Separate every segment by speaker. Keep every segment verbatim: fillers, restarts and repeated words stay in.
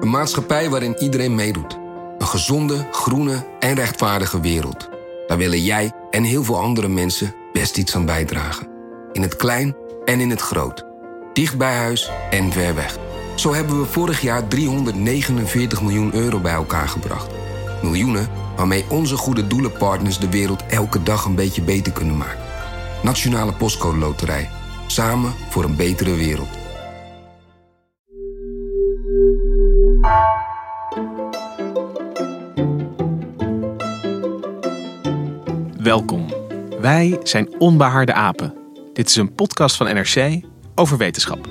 Speaker 1: Een maatschappij waarin iedereen meedoet. Een gezonde, groene en rechtvaardige wereld. Daar willen jij en heel veel andere mensen best iets aan bijdragen. In het klein en in het groot. Dicht bij huis en ver weg. Zo hebben we vorig jaar driehonderdnegenenveertig miljoen euro bij elkaar gebracht. Miljoenen waarmee onze goede doelenpartners de wereld elke dag een beetje beter kunnen maken. Nationale Postcode Loterij. Samen voor een betere wereld.
Speaker 2: Welkom. Wij zijn Onbehaarde Apen. Dit is een podcast van N R C over wetenschap.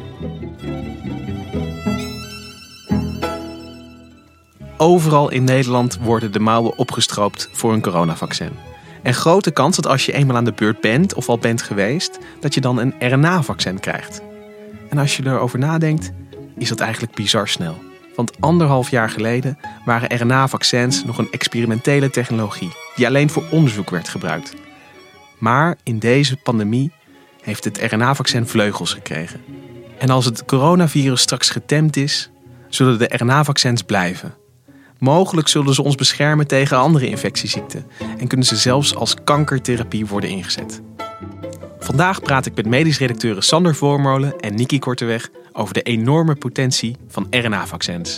Speaker 2: Overal in Nederland worden de mouwen opgestroopt voor een coronavaccin. En grote kans dat als je eenmaal aan de beurt bent of al bent geweest, dat je dan een R N A-vaccin krijgt. En als je erover nadenkt, is dat eigenlijk bizar snel. Want anderhalf jaar geleden waren R N A-vaccins nog een experimentele technologie die alleen voor onderzoek werd gebruikt. Maar in deze pandemie heeft het R N A-vaccin vleugels gekregen. En als het coronavirus straks getemd is, zullen de R N A-vaccins blijven. Mogelijk zullen ze ons beschermen tegen andere infectieziekten en kunnen ze zelfs als kankertherapie worden ingezet. Vandaag praat ik met medisch redacteuren Sander Voormolen en Niki Korteweg over de enorme potentie van R N A-vaccins.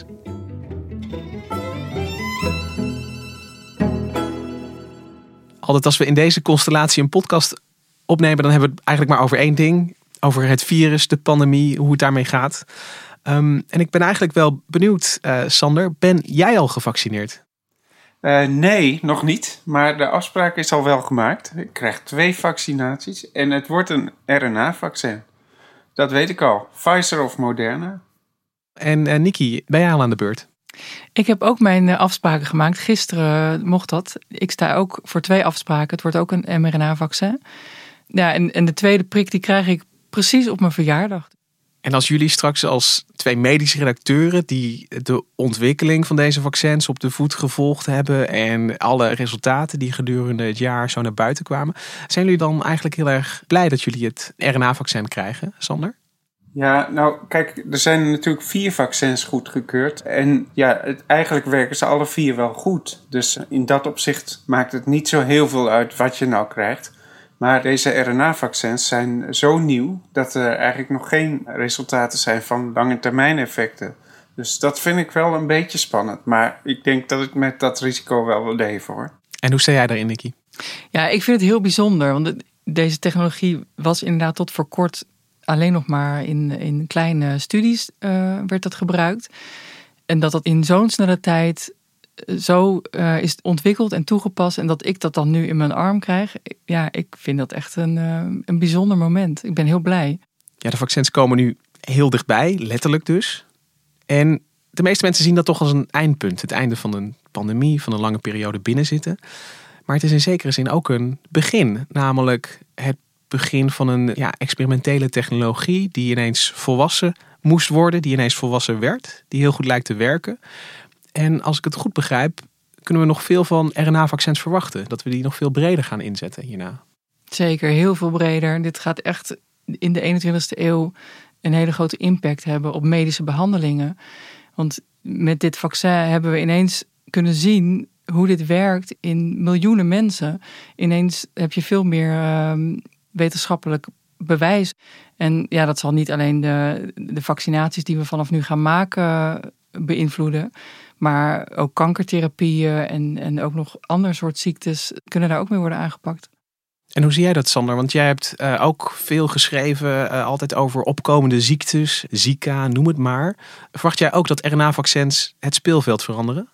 Speaker 2: Altijd als we in deze constellatie een podcast opnemen, dan hebben we het eigenlijk maar over één ding. Over het virus, de pandemie, hoe het daarmee gaat. Um, en ik ben eigenlijk wel benieuwd, uh, Sander, ben jij al gevaccineerd?
Speaker 3: Uh, nee, nog niet. Maar de afspraak is al wel gemaakt. Ik krijg twee vaccinaties en het wordt een R N A-vaccin. Dat weet ik al. Pfizer of Moderna.
Speaker 2: En uh, Niki, ben jij al aan de beurt?
Speaker 4: Ik heb ook mijn uh, afspraken gemaakt. Gisteren mocht dat. Ik sta ook voor twee afspraken. Het wordt ook een M R N A-vaccin. Ja, en, en de tweede prik die krijg ik precies op mijn verjaardag.
Speaker 2: En als jullie straks als twee medische redacteuren die de ontwikkeling van deze vaccins op de voet gevolgd hebben en alle resultaten die gedurende het jaar zo naar buiten kwamen, zijn jullie dan eigenlijk heel erg blij dat jullie het R N A-vaccin krijgen, Sander?
Speaker 3: Ja, nou kijk, er zijn natuurlijk vier vaccins goedgekeurd. En ja, het, eigenlijk werken ze alle vier wel goed. Dus in dat opzicht maakt het niet zo heel veel uit wat je nou krijgt. Maar deze R N A-vaccins zijn zo nieuw dat er eigenlijk nog geen resultaten zijn van lange termijn effecten. Dus dat vind ik wel een beetje spannend. Maar ik denk dat ik met dat risico wel wil leven, hoor.
Speaker 2: En hoe sta jij daarin, Niki?
Speaker 4: Ja, ik vind het heel bijzonder. Want deze technologie was inderdaad tot voor kort alleen nog maar in, in kleine studies uh, werd dat gebruikt. En dat dat in zo'n snelle tijd zo uh, is ontwikkeld en toegepast en dat ik dat dan nu in mijn arm krijg. Ja, ik vind dat echt een, uh, een bijzonder moment. Ik ben heel blij.
Speaker 2: Ja, de vaccins komen nu heel dichtbij, letterlijk dus. En de meeste mensen zien dat toch als een eindpunt. Het einde van een pandemie, van een lange periode binnenzitten. Maar het is in zekere zin ook een begin. Namelijk het begin van een ja, experimentele technologie die ineens volwassen moest worden. Die ineens volwassen werd. Die heel goed lijkt te werken. En als ik het goed begrijp, kunnen we nog veel van R N A-vaccins verwachten. Dat we die nog veel breder gaan inzetten hierna.
Speaker 4: Zeker, heel veel breder. Dit gaat echt in de eenentwintigste eeuw een hele grote impact hebben op medische behandelingen. Want met dit vaccin hebben we ineens kunnen zien hoe dit werkt in miljoenen mensen. Ineens heb je veel meer uh, wetenschappelijk bewijs. En ja, dat zal niet alleen de, de vaccinaties die we vanaf nu gaan maken beïnvloeden. Maar ook kankertherapieën en, en ook nog andere soort ziektes kunnen daar ook mee worden aangepakt.
Speaker 2: En hoe zie jij dat, Sander? Want jij hebt uh, ook veel geschreven uh, altijd over opkomende ziektes, Zika, noem het maar. Verwacht jij ook dat R N A-vaccins het speelveld veranderen?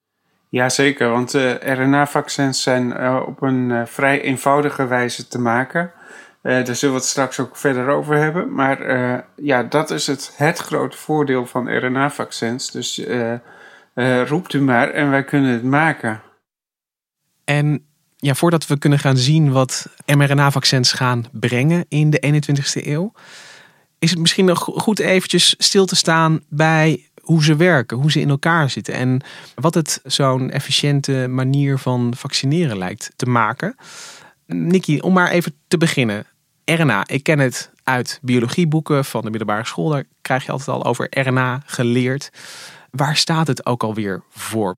Speaker 3: Jazeker, want uh, R N A-vaccins zijn uh, op een uh, vrij eenvoudige wijze te maken. Uh, daar zullen we het straks ook verder over hebben. Maar uh, ja, dat is het, het grote voordeel van R N A-vaccins. Dus uh, uh, roept u maar en wij kunnen het maken.
Speaker 2: En ja, voordat we kunnen gaan zien wat M R N A-vaccins gaan brengen in de eenentwintigste eeuw, is het misschien nog goed eventjes stil te staan bij hoe ze werken, hoe ze in elkaar zitten en wat het zo'n efficiënte manier van vaccineren lijkt te maken. Niki, om maar even te beginnen. R N A, ik ken het uit biologieboeken van de middelbare school. Daar krijg je altijd al over R N A geleerd. Waar staat het ook alweer voor?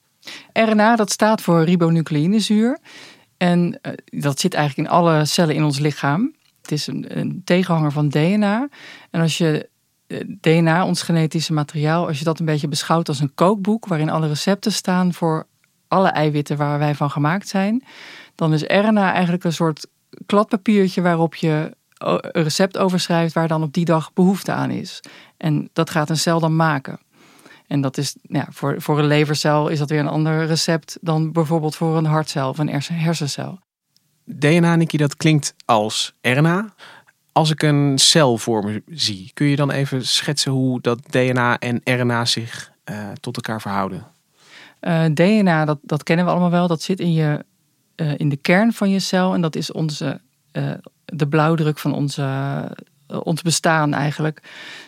Speaker 4: R N A, dat staat voor ribonucleïnezuur. En uh, dat zit eigenlijk in alle cellen in ons lichaam. Het is een, een tegenhanger van D N A. En als je uh, D N A, ons genetische materiaal, als je dat een beetje beschouwt als een kookboek, waarin alle recepten staan voor alle eiwitten waar wij van gemaakt zijn, dan is R N A eigenlijk een soort kladpapiertje waarop je een recept over schrijft waar dan op die dag behoefte aan is. En dat gaat een cel dan maken. En dat is, ja, voor, voor een levercel is dat weer een ander recept dan bijvoorbeeld voor een hartcel of een hersencel.
Speaker 2: D N A, Nikki, dat klinkt als R N A. Als ik een cel voor me zie, kun je dan even schetsen hoe dat D N A en R N A zich uh, tot elkaar verhouden?
Speaker 4: Uh, D N A, dat, dat kennen we allemaal wel. Dat zit in, je, uh, in de kern van je cel. En dat is onze, uh, de blauwdruk van onze, uh, ons bestaan eigenlijk.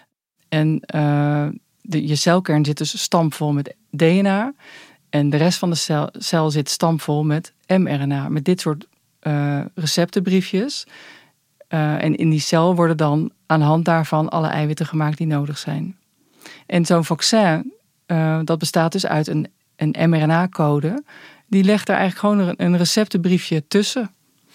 Speaker 4: En uh, de, je celkern zit dus stampvol met D N A. En de rest van de cel, cel zit stampvol met mRNA. Met dit soort uh, receptenbriefjes. Uh, en in die cel worden dan aan de hand daarvan alle eiwitten gemaakt die nodig zijn. En zo'n vaccin, uh, dat bestaat dus uit een, een mRNA-code. Die legt daar eigenlijk gewoon een, een receptenbriefje tussen.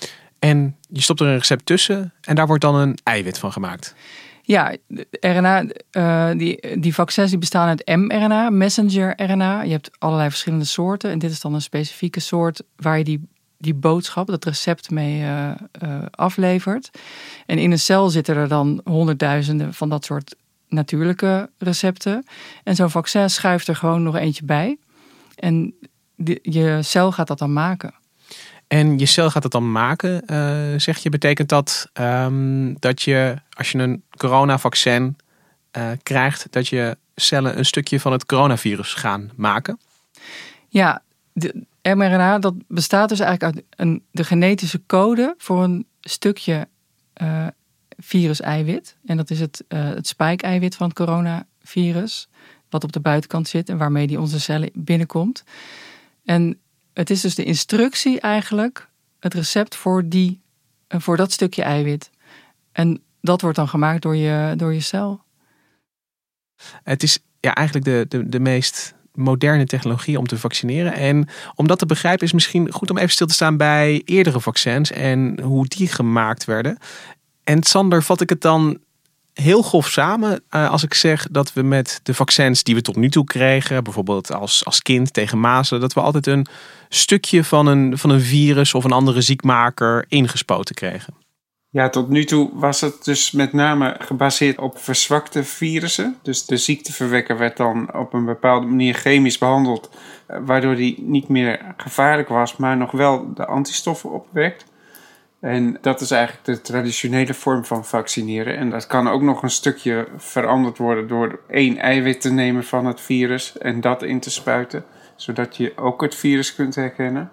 Speaker 2: En je stopt er een recept tussen en daar wordt dan een eiwit van gemaakt.
Speaker 4: Ja, R N A, uh, die, die vaccins die bestaan uit mRNA, messenger R N A. Je hebt allerlei verschillende soorten. En dit is dan een specifieke soort waar je die, die boodschap, dat recept mee uh, uh, aflevert. En in een cel zitten er dan honderdduizenden van dat soort natuurlijke recepten. En zo'n vaccin schuift er gewoon nog eentje bij. En die, je cel gaat dat dan maken.
Speaker 2: En je cel gaat het dan maken, uh, zeg je. Betekent dat um, dat je, als je een coronavaccin uh, krijgt, dat je cellen een stukje van het coronavirus gaan maken?
Speaker 4: Ja, de mRNA dat bestaat dus eigenlijk uit een, de genetische code voor een stukje uh, virus-eiwit. En dat is het, uh, het spike-eiwit van het coronavirus, wat op de buitenkant zit en waarmee die onze cellen binnenkomt. En het is dus de instructie eigenlijk, het recept voor, die, voor dat stukje eiwit. En dat wordt dan gemaakt door je, door je cel.
Speaker 2: Het is ja, eigenlijk de, de, de meest moderne technologie om te vaccineren. En om dat te begrijpen is misschien goed om even stil te staan bij eerdere vaccins en hoe die gemaakt werden. En Sander, vat ik het dan heel grof samen als ik zeg dat we met de vaccins die we tot nu toe kregen, bijvoorbeeld als, als kind tegen mazelen, dat we altijd een stukje van een, van een virus of een andere ziekmaker ingespoten kregen.
Speaker 3: Ja, tot nu toe was het dus met name gebaseerd op verzwakte virussen. Dus de ziekteverwekker werd dan op een bepaalde manier chemisch behandeld, waardoor die niet meer gevaarlijk was, maar nog wel de antistoffen opwekt. En dat is eigenlijk de traditionele vorm van vaccineren. En dat kan ook nog een stukje veranderd worden door één eiwit te nemen van het virus en dat in te spuiten, zodat je ook het virus kunt herkennen.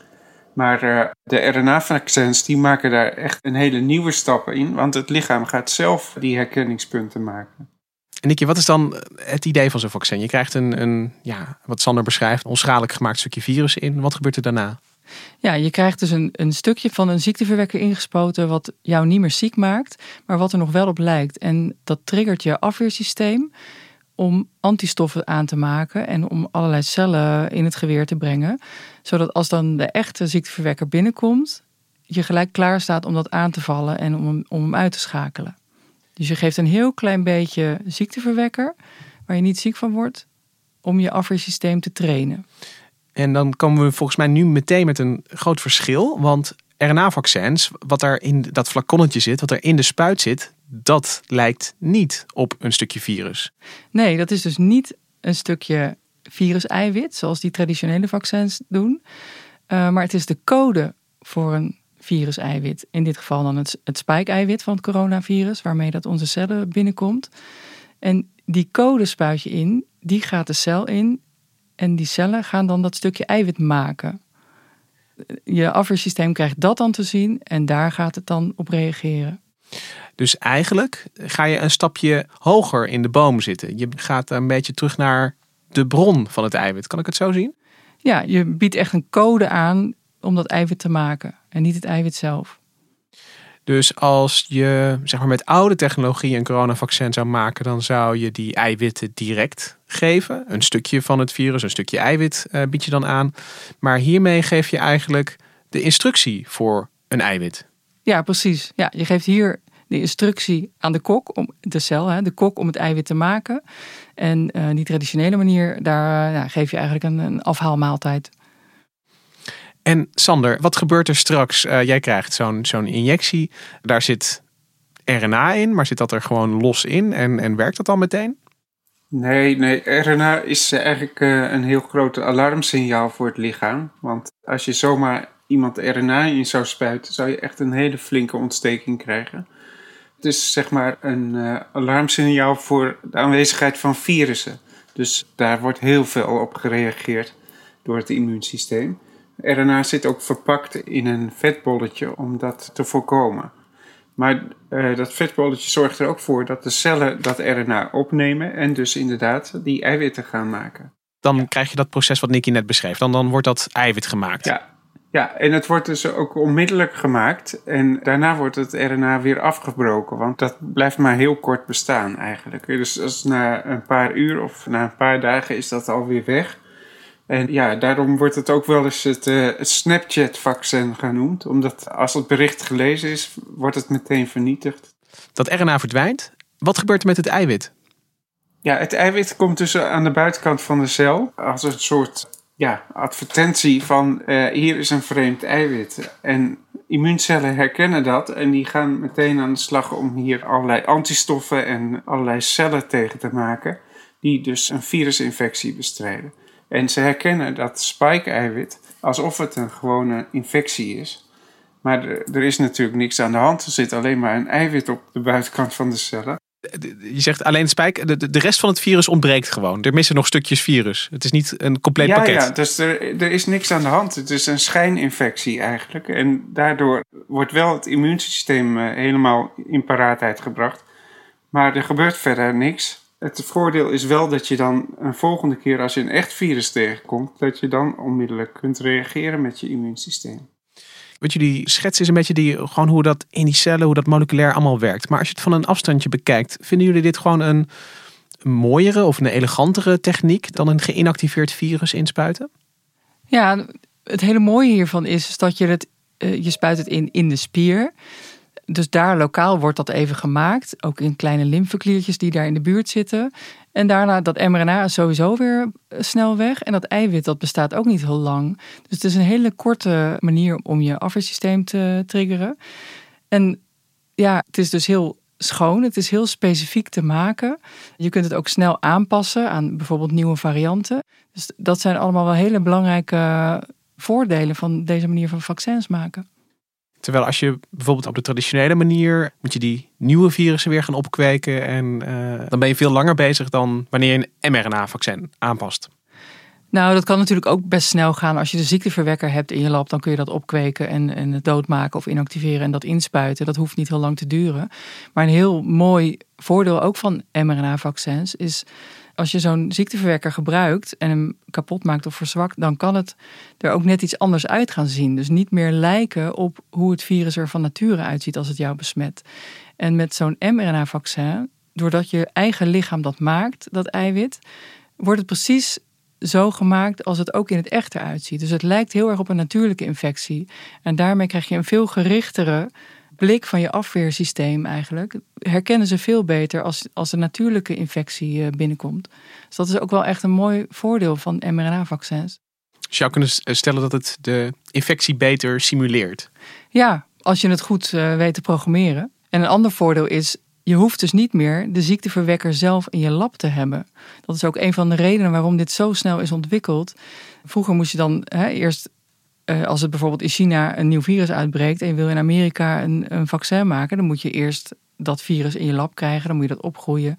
Speaker 3: Maar uh, de R N A-vaccins die maken daar echt een hele nieuwe stap in, want het lichaam gaat zelf die herkenningspunten maken.
Speaker 2: En Nikki, wat is dan het idee van zo'n vaccin? Je krijgt een, een ja, wat Sander beschrijft, onschadelijk gemaakt stukje virus in. Wat gebeurt er daarna?
Speaker 4: Ja, je krijgt dus een, een stukje van een ziekteverwekker ingespoten wat jou niet meer ziek maakt, maar wat er nog wel op lijkt. En dat triggert je afweersysteem om antistoffen aan te maken en om allerlei cellen in het geweer te brengen. Zodat als dan de echte ziekteverwekker binnenkomt, je gelijk klaar staat om dat aan te vallen en om hem, om hem uit te schakelen. Dus je geeft een heel klein beetje ziekteverwekker, waar je niet ziek van wordt, om je afweersysteem te trainen.
Speaker 2: En dan komen we volgens mij nu meteen met een groot verschil. Want R N A-vaccins, wat er in dat flaconnetje zit, wat er in de spuit zit, dat lijkt niet op een stukje virus.
Speaker 4: Nee, dat is dus niet een stukje virus-eiwit, zoals die traditionele vaccins doen. Uh, maar het is de code voor een virus-eiwit. In dit geval dan het, het spike-eiwit van het coronavirus, waarmee dat onze cellen binnenkomt. En die code spuit je in, die gaat de cel in. En die cellen gaan dan dat stukje eiwit maken. Je afweersysteem krijgt dat dan te zien en daar gaat het dan op reageren.
Speaker 2: Dus eigenlijk ga je een stapje hoger in de boom zitten. Je gaat een beetje terug naar de bron van het eiwit. Kan ik het zo zien?
Speaker 4: Ja, je biedt echt een code aan om dat eiwit te maken en niet het eiwit zelf.
Speaker 2: Dus als je zeg maar, met oude technologie een coronavaccin zou maken, dan zou je die eiwitten direct geven. Een stukje van het virus, een stukje eiwit uh, bied je dan aan. Maar hiermee geef je eigenlijk de instructie voor een eiwit.
Speaker 4: Ja, precies. Ja, je geeft hier de instructie aan de kok, om de cel, hè, de kok om het eiwit te maken. En uh, die traditionele manier, daar uh, nou, geef je eigenlijk een, een afhaalmaaltijd.
Speaker 2: En Sander, wat gebeurt er straks? Uh, jij krijgt zo'n, zo'n injectie. Daar zit R N A in, maar zit dat er gewoon los in? En, en werkt dat al meteen?
Speaker 3: Nee, nee, R N A is eigenlijk uh, een heel groot alarmsignaal voor het lichaam. Want als je zomaar iemand R N A in zou spuiten, zou je echt een hele flinke ontsteking krijgen. Het is zeg maar een uh, alarmsignaal voor de aanwezigheid van virussen. Dus daar wordt heel veel op gereageerd door het immuunsysteem. R N A zit ook verpakt in een vetbolletje om dat te voorkomen. Maar uh, dat vetbolletje zorgt er ook voor dat de cellen dat R N A opnemen en dus inderdaad die eiwitten gaan maken.
Speaker 2: Dan krijg je dat proces wat Nicky net beschreef. Dan, dan wordt dat eiwit gemaakt.
Speaker 3: Ja, ja, en het wordt dus ook onmiddellijk gemaakt. En daarna wordt het R N A weer afgebroken. Want dat blijft maar heel kort bestaan eigenlijk. Dus als na een paar uur of na een paar dagen is dat alweer weg. En ja, daarom wordt het ook wel eens het, uh, het Snapchat-vaccin genoemd. Omdat als het bericht gelezen is, wordt het meteen vernietigd.
Speaker 2: Dat R N A verdwijnt. Wat gebeurt er met het eiwit?
Speaker 3: Ja, het eiwit komt dus aan de buitenkant van de cel als een soort ja, advertentie van uh, hier is een vreemd eiwit. En immuuncellen herkennen dat en die gaan meteen aan de slag om hier allerlei antistoffen en allerlei cellen tegen te maken die dus een virusinfectie bestrijden. En ze herkennen dat spike-eiwit alsof het een gewone infectie is. Maar er, er is natuurlijk niks aan de hand. Er zit alleen maar een eiwit op de buitenkant van de cellen.
Speaker 2: Je zegt alleen spike, de, de rest van het virus ontbreekt gewoon. Er missen nog stukjes virus. Het is niet een compleet
Speaker 3: ja,
Speaker 2: pakket.
Speaker 3: Ja, dus er, er is niks aan de hand. Het is een schijninfectie eigenlijk. En daardoor wordt wel het immuunsysteem uh, helemaal in paraatheid gebracht. Maar er gebeurt verder niks. Het voordeel is wel dat je dan een volgende keer als je een echt virus tegenkomt, dat je dan onmiddellijk kunt reageren met je immuunsysteem.
Speaker 2: Wat jullie schetsen is een beetje die, gewoon hoe dat in die cellen, hoe dat moleculair allemaal werkt. Maar als je het van een afstandje bekijkt, vinden jullie dit gewoon een, een mooiere of een elegantere techniek dan een geïnactiveerd virus inspuiten?
Speaker 4: Ja, het hele mooie hiervan is, is dat je het, uh, je spuit het in in de spier. Dus daar lokaal wordt dat even gemaakt. Ook in kleine lymfekliertjes die daar in de buurt zitten. En daarna dat mRNA is sowieso weer snel weg. En dat eiwit dat bestaat ook niet heel lang. Dus het is een hele korte manier om je afweersysteem te triggeren. En ja, het is dus heel schoon. Het is heel specifiek te maken. Je kunt het ook snel aanpassen aan bijvoorbeeld nieuwe varianten. Dus dat zijn allemaal wel hele belangrijke voordelen van deze manier van vaccins maken.
Speaker 2: Terwijl als je bijvoorbeeld op de traditionele manier moet je die nieuwe virussen weer gaan opkweken. En uh, dan ben je veel langer bezig dan wanneer je een mRNA-vaccin aanpast.
Speaker 4: Nou, dat kan natuurlijk ook best snel gaan. Als je de ziekteverwekker hebt in je lab, dan kun je dat opkweken en, en het doodmaken of inactiveren en dat inspuiten. Dat hoeft niet heel lang te duren. Maar een heel mooi voordeel ook van mRNA-vaccins is, als je zo'n ziekteverwekker gebruikt en hem kapot maakt of verzwakt, dan kan het er ook net iets anders uit gaan zien. Dus niet meer lijken op hoe het virus er van nature uitziet als het jou besmet. En met zo'n mRNA-vaccin, doordat je eigen lichaam dat maakt, dat eiwit, wordt het precies zo gemaakt als het ook in het echt eruit ziet. Dus het lijkt heel erg op een natuurlijke infectie. En daarmee krijg je een veel gerichtere blik van je afweersysteem eigenlijk. Herkennen ze veel beter als, als een natuurlijke infectie binnenkomt. Dus dat is ook wel echt een mooi voordeel van mRNA-vaccins.
Speaker 2: Dus je zou kunnen stellen dat het de infectie beter simuleert.
Speaker 4: Ja, als je het goed uh, weet te programmeren. En een ander voordeel is, je hoeft dus niet meer de ziekteverwekker zelf in je lab te hebben. Dat is ook een van de redenen waarom dit zo snel is ontwikkeld. Vroeger moest je dan hè, eerst, uh, als het bijvoorbeeld in China een nieuw virus uitbreekt en je wil in Amerika een, een vaccin maken, dan moet je eerst dat virus in je lab krijgen, dan moet je dat opgroeien.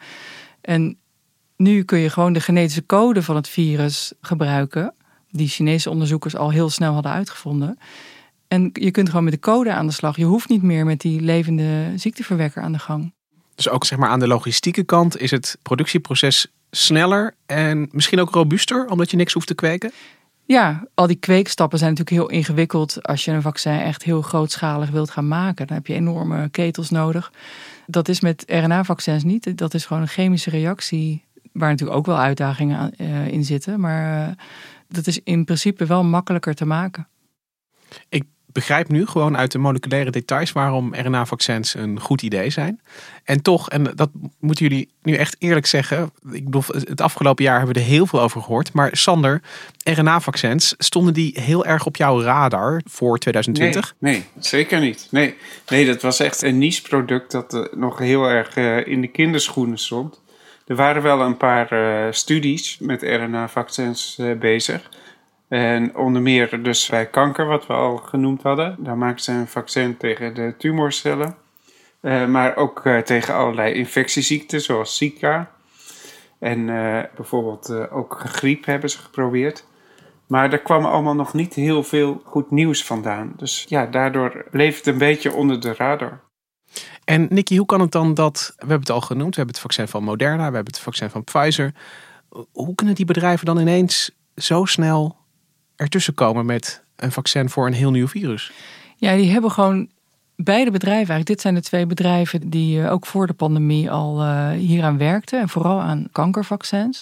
Speaker 4: En nu kun je gewoon de genetische code van het virus gebruiken, die Chinese onderzoekers al heel snel hadden uitgevonden. En je kunt gewoon met de code aan de slag. Je hoeft niet meer met die levende ziekteverwekker aan de gang.
Speaker 2: Dus ook zeg maar aan de logistieke kant is het productieproces sneller en misschien ook robuuster, omdat je niks hoeft te kweken?
Speaker 4: Ja, al die kweekstappen zijn natuurlijk heel ingewikkeld. Als je een vaccin echt heel grootschalig wilt gaan maken, dan heb je enorme ketels nodig. Dat is met R N A-vaccins niet. Dat is gewoon een chemische reactie, waar natuurlijk ook wel uitdagingen in zitten. Maar uh, dat is in principe wel makkelijker te maken.
Speaker 2: Ik begrijp nu gewoon uit de moleculaire details waarom R N A-vaccins een goed idee zijn. En toch, en dat moeten jullie nu echt eerlijk zeggen. Ik bedoel, het afgelopen jaar hebben we er heel veel over gehoord. Maar Sander, R N A-vaccins, stonden die heel erg op jouw radar voor twintig twintig?
Speaker 3: Nee, nee, zeker niet. Nee, nee, dat was echt een niche-product dat uh, nog heel erg uh, in de kinderschoenen stond. Er waren wel een paar uh, studies met R N A-vaccins uh, bezig. En onder meer dus bij kanker, wat we al genoemd hadden. Daar maken ze een vaccin tegen de tumorcellen. Uh, maar ook uh, tegen allerlei infectieziekten, zoals Zika. En uh, bijvoorbeeld uh, ook griep hebben ze geprobeerd. Maar er kwam allemaal nog niet heel veel goed nieuws vandaan. Dus ja, daardoor bleef het een beetje onder de radar.
Speaker 2: En Nicky, hoe kan het dan dat, we hebben het al genoemd, we hebben het vaccin van Moderna, we hebben het vaccin van Pfizer. Hoe kunnen die bedrijven dan ineens zo snel ertussen komen met een vaccin voor een heel nieuw virus?
Speaker 4: Ja, die hebben gewoon beide bedrijven, eigenlijk dit zijn de twee bedrijven die uh, ook voor de pandemie al uh, hieraan werkten. En vooral aan kankervaccins.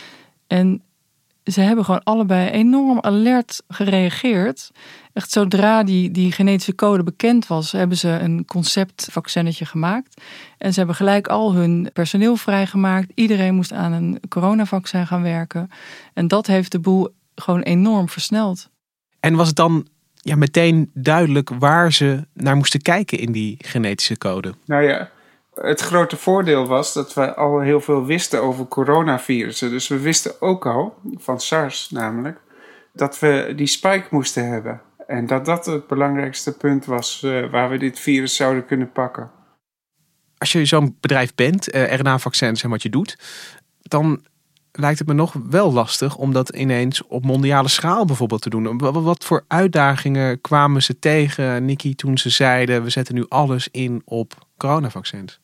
Speaker 4: En ze hebben gewoon allebei enorm alert gereageerd. Echt zodra die, die genetische code bekend was, hebben ze een conceptvaccinetje gemaakt. En ze hebben gelijk al hun personeel vrijgemaakt. Iedereen moest aan een coronavaccin gaan werken. En dat heeft de boel gewoon enorm versneld.
Speaker 2: En was het dan ja, meteen duidelijk waar ze naar moesten kijken in die genetische code?
Speaker 3: Nou ja, het grote voordeel was dat we al heel veel wisten over coronavirussen. Dus we wisten ook al, van SARS namelijk, dat we die spike moesten hebben. En dat dat het belangrijkste punt was uh, waar we dit virus zouden kunnen pakken.
Speaker 2: Als je zo'n bedrijf bent, uh, R N A-vaccins en wat je doet, dan lijkt het me nog wel lastig om dat ineens op mondiale schaal bijvoorbeeld te doen. Wat voor uitdagingen kwamen ze tegen, Nicky, toen ze zeiden we zetten nu alles in op coronavaccins?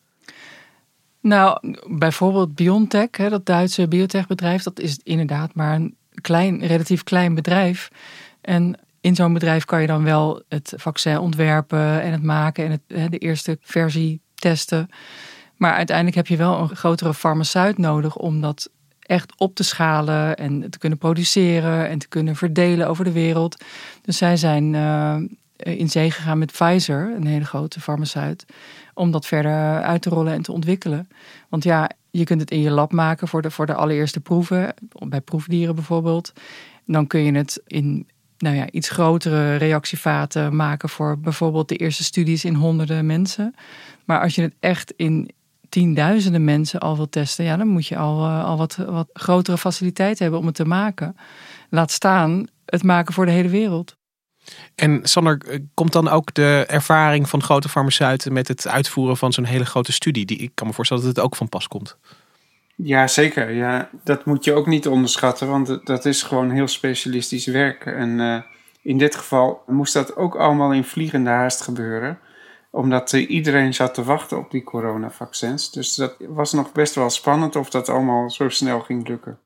Speaker 4: Nou, bijvoorbeeld BioNTech, dat Duitse biotechbedrijf, dat is inderdaad maar een klein, relatief klein bedrijf. En in zo'n bedrijf kan je dan wel het vaccin ontwerpen en het maken en het, de eerste versie testen. Maar uiteindelijk heb je wel een grotere farmaceut nodig om dat echt op te schalen en te kunnen produceren en te kunnen verdelen over de wereld. Dus zij zijn uh, in zee gegaan met Pfizer, een hele grote farmaceut, om dat verder uit te rollen en te ontwikkelen. Want ja, je kunt het in je lab maken voor de, voor de allereerste proeven, bij proefdieren bijvoorbeeld. Dan kun je het in nou ja, iets grotere reactievaten maken voor bijvoorbeeld de eerste studies in honderden mensen. Maar als je het echt in tienduizenden mensen al wil testen, ja, dan moet je al, uh, al wat, wat grotere faciliteit hebben om het te maken. Laat staan het maken voor de hele wereld.
Speaker 2: En Sander, komt dan ook de ervaring van grote farmaceuten met het uitvoeren van zo'n hele grote studie? Die, ik kan me voorstellen dat het ook van pas komt.
Speaker 3: Ja, zeker. Ja, dat moet je ook niet onderschatten, want dat is gewoon heel specialistisch werk. En uh, in dit geval moest dat ook allemaal in vliegende haast gebeuren, omdat uh, iedereen zat te wachten op die coronavaccins. Dus dat was nog best wel spannend of dat allemaal zo snel ging lukken.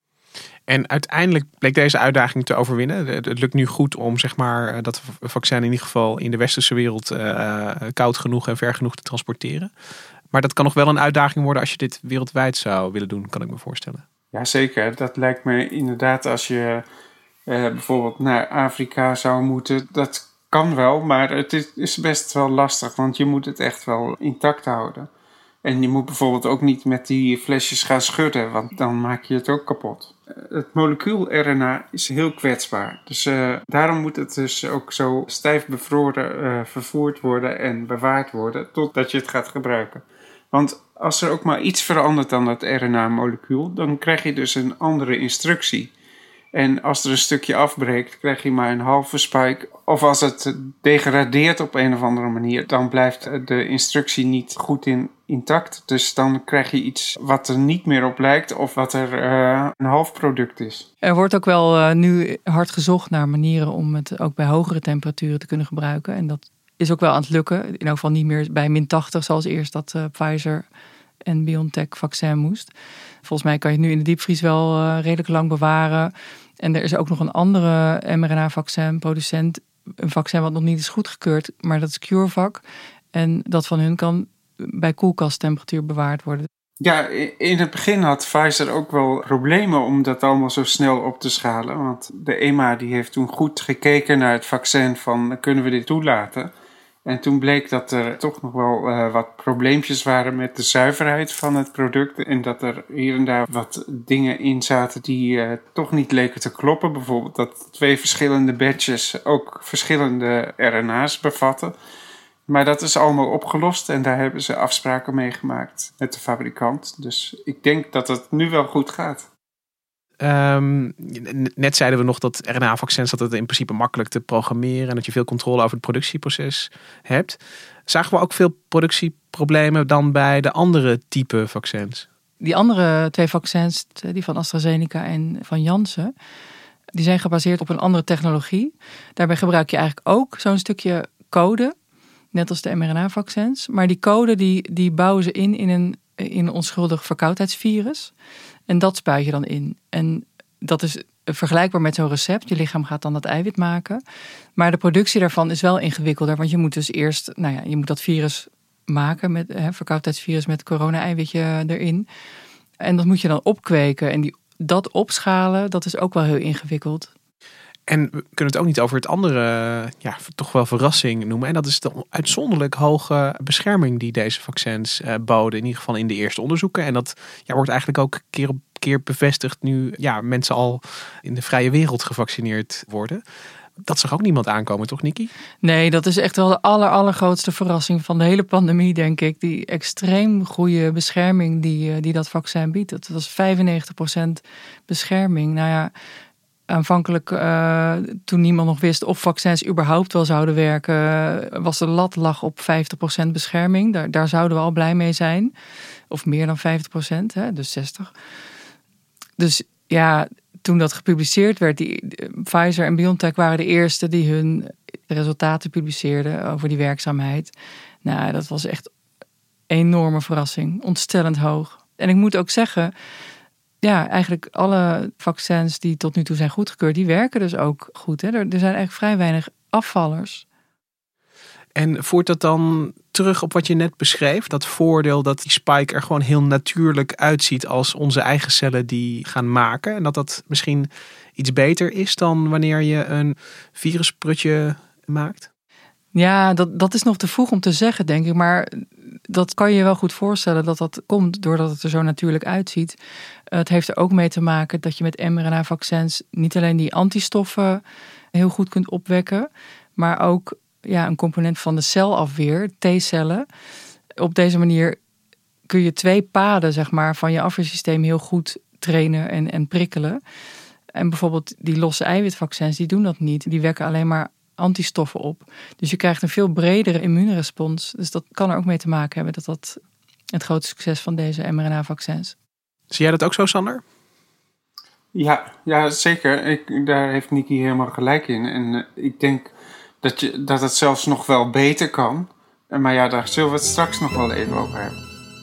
Speaker 2: En uiteindelijk bleek deze uitdaging te overwinnen. Het lukt nu goed om zeg maar, dat vaccin in ieder geval in de westerse wereld uh, koud genoeg en ver genoeg te transporteren. Maar dat kan nog wel een uitdaging worden als je dit wereldwijd zou willen doen, kan ik me voorstellen.
Speaker 3: Ja, zeker. Dat lijkt me inderdaad als je uh, bijvoorbeeld naar Afrika zou moeten. Dat kan wel, maar het is best wel lastig, want je moet het echt wel intact houden. En je moet bijvoorbeeld ook niet met die flesjes gaan schudden, want dan maak je het ook kapot. Het molecuul R N A is heel kwetsbaar. Dus uh, daarom moet het dus ook zo stijf bevroren uh, vervoerd worden en bewaard worden totdat je het gaat gebruiken. Want als er ook maar iets verandert aan dat R N A-molecuul, dan krijg je dus een andere instructie. En als er een stukje afbreekt, krijg je maar een halve spike. Of als het degradeert op een of andere manier, dan blijft de instructie niet goed in, intact. Dus dan krijg je iets wat er niet meer op lijkt of wat er uh, een half product is.
Speaker 4: Er wordt ook wel uh, nu hard gezocht naar manieren om het ook bij hogere temperaturen te kunnen gebruiken. En dat is ook wel aan het lukken. In elk geval niet meer bij min tachtig zoals eerst dat uh, Pfizer en BioNTech vaccin moest. Volgens mij kan je het nu in de diepvries wel uh, redelijk lang bewaren. En er is ook nog een andere mRNA-vaccinproducent, een vaccin wat nog niet is goedgekeurd, maar dat is CureVac. En dat van hun kan bij koelkasttemperatuur bewaard worden.
Speaker 3: Ja, in het begin had Pfizer ook wel problemen om dat allemaal zo snel op te schalen. Want de E M A die heeft toen goed gekeken naar het vaccin van, kunnen we dit toelaten? En toen bleek dat er toch nog wel uh, wat probleempjes waren met de zuiverheid van het product. En dat er hier en daar wat dingen in zaten die uh, toch niet leken te kloppen. Bijvoorbeeld dat twee verschillende batches ook verschillende R N A's bevatten. Maar dat is allemaal opgelost en daar hebben ze afspraken mee gemaakt met de fabrikant. Dus ik denk dat het nu wel goed gaat.
Speaker 2: Um, net zeiden we nog dat R N A-vaccins dat het in principe makkelijk te programmeren en dat je veel controle over het productieproces hebt. Zagen we ook veel productieproblemen dan bij de andere type vaccins?
Speaker 4: Die andere twee vaccins, die van AstraZeneca en van Janssen, die zijn gebaseerd op een andere technologie. Daarbij gebruik je eigenlijk ook zo'n stukje code, net als de mRNA-vaccins. Maar die code die, die bouwen ze in in een, in een onschuldig verkoudheidsvirus. En dat spuit je dan in. En dat is vergelijkbaar met zo'n recept. Je lichaam gaat dan dat eiwit maken. Maar de productie daarvan is wel ingewikkelder. Want je moet dus eerst, nou ja, je moet dat virus maken met hè, verkoudheidsvirus met corona-eiwitje erin. En dat moet je dan opkweken. En die, dat opschalen, dat is ook wel heel ingewikkeld.
Speaker 2: En we kunnen het ook niet over het andere, ja, toch wel verrassing noemen. En dat is de uitzonderlijk hoge bescherming die deze vaccins uh, boden. In ieder geval in de eerste onderzoeken. En dat ja, wordt eigenlijk ook keer op keer bevestigd nu ja, mensen al in de vrije wereld gevaccineerd worden. Dat zag ook niemand aankomen, toch Nikki?
Speaker 4: Nee, dat is echt wel de aller, allergrootste verrassing van de hele pandemie, denk ik. Die extreem goede bescherming die, die dat vaccin biedt. Dat was vijfennegentig procent bescherming. Nou ja, aanvankelijk, uh, toen niemand nog wist of vaccins überhaupt wel zouden werken, was de lat lag op vijftig procent bescherming. Daar, daar zouden we al blij mee zijn. Of meer dan vijftig procent, hè, dus zestig. Dus ja, toen dat gepubliceerd werd, die, Pfizer en BioNTech waren de eerste die hun resultaten publiceerden over die werkzaamheid. Nou, dat was echt een enorme verrassing. Ontstellend hoog. En ik moet ook zeggen, ja, eigenlijk alle vaccins die tot nu toe zijn goedgekeurd, die werken dus ook goed. Hè? Er, er zijn eigenlijk vrij weinig afvallers.
Speaker 2: En voert dat dan terug op wat je net beschreef? Dat voordeel dat die spike er gewoon heel natuurlijk uitziet als onze eigen cellen die gaan maken. En dat dat misschien iets beter is dan wanneer je een virusprutje maakt?
Speaker 4: Ja, dat, dat is nog te vroeg om te zeggen, denk ik. Maar dat kan je je wel goed voorstellen dat dat komt doordat het er zo natuurlijk uitziet. Het heeft er ook mee te maken dat je met mRNA-vaccins niet alleen die antistoffen heel goed kunt opwekken, maar ook ja, een component van de celafweer, T-cellen. Op deze manier kun je twee paden zeg maar, van je afweersysteem heel goed trainen en, en prikkelen. En bijvoorbeeld die losse eiwitvaccins, die doen dat niet. Die wekken alleen maar antistoffen op. Dus je krijgt een veel bredere immuunrespons. Dus dat kan er ook mee te maken hebben dat dat het grote succes van deze mRNA-vaccins.
Speaker 2: Zie jij dat ook zo, Sander?
Speaker 3: Ja, ja zeker. Ik, daar heeft Nikki helemaal gelijk in. En uh, ik denk dat, je, dat het zelfs nog wel beter kan. Maar ja, daar zullen we het straks nog wel even over hebben.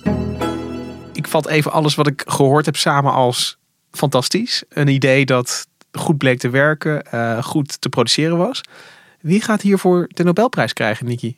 Speaker 2: Ik vat even alles wat ik gehoord heb samen als fantastisch. Een idee dat goed bleek te werken, uh, goed te produceren was. Wie gaat hiervoor de Nobelprijs krijgen, Nikki?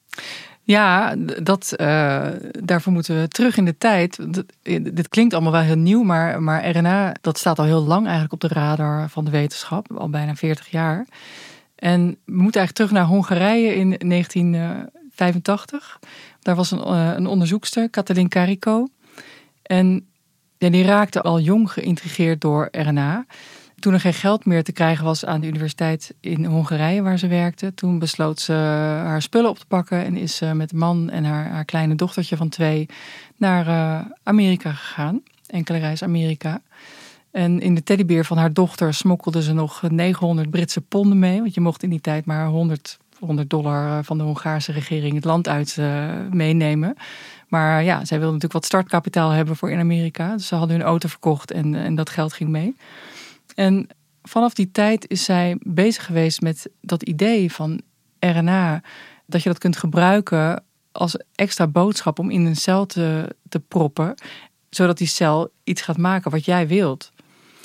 Speaker 4: Ja, dat, uh, daarvoor moeten we terug in de tijd. Dit klinkt allemaal wel heel nieuw, maar, maar R N A dat staat al heel lang eigenlijk op de radar van de wetenschap. Al bijna veertig jaar. En we moeten eigenlijk terug naar Hongarije in negentien vijfentachtig. Daar was een, uh, een onderzoekster, Katalin Karikó. En ja, die raakte al jong geïntrigeerd door R N A. Toen er geen geld meer te krijgen was aan de universiteit in Hongarije waar ze werkte, toen besloot ze haar spullen op te pakken en is ze met de man en haar, haar kleine dochtertje van twee naar uh, Amerika gegaan. Enkele reis Amerika. En in de teddybeer van haar dochter smokkelde ze nog negenhonderd Britse ponden mee. Want je mocht in die tijd maar honderd, honderd dollar van de Hongaarse regering het land uit uh, meenemen. Maar ja, zij wilde natuurlijk wat startkapitaal hebben voor in Amerika. Dus ze hadden hun auto verkocht en, en dat geld ging mee. En vanaf die tijd is zij bezig geweest met dat idee van R N A. Dat je dat kunt gebruiken als extra boodschap om in een cel te, te proppen. Zodat die cel iets gaat maken wat jij wilt.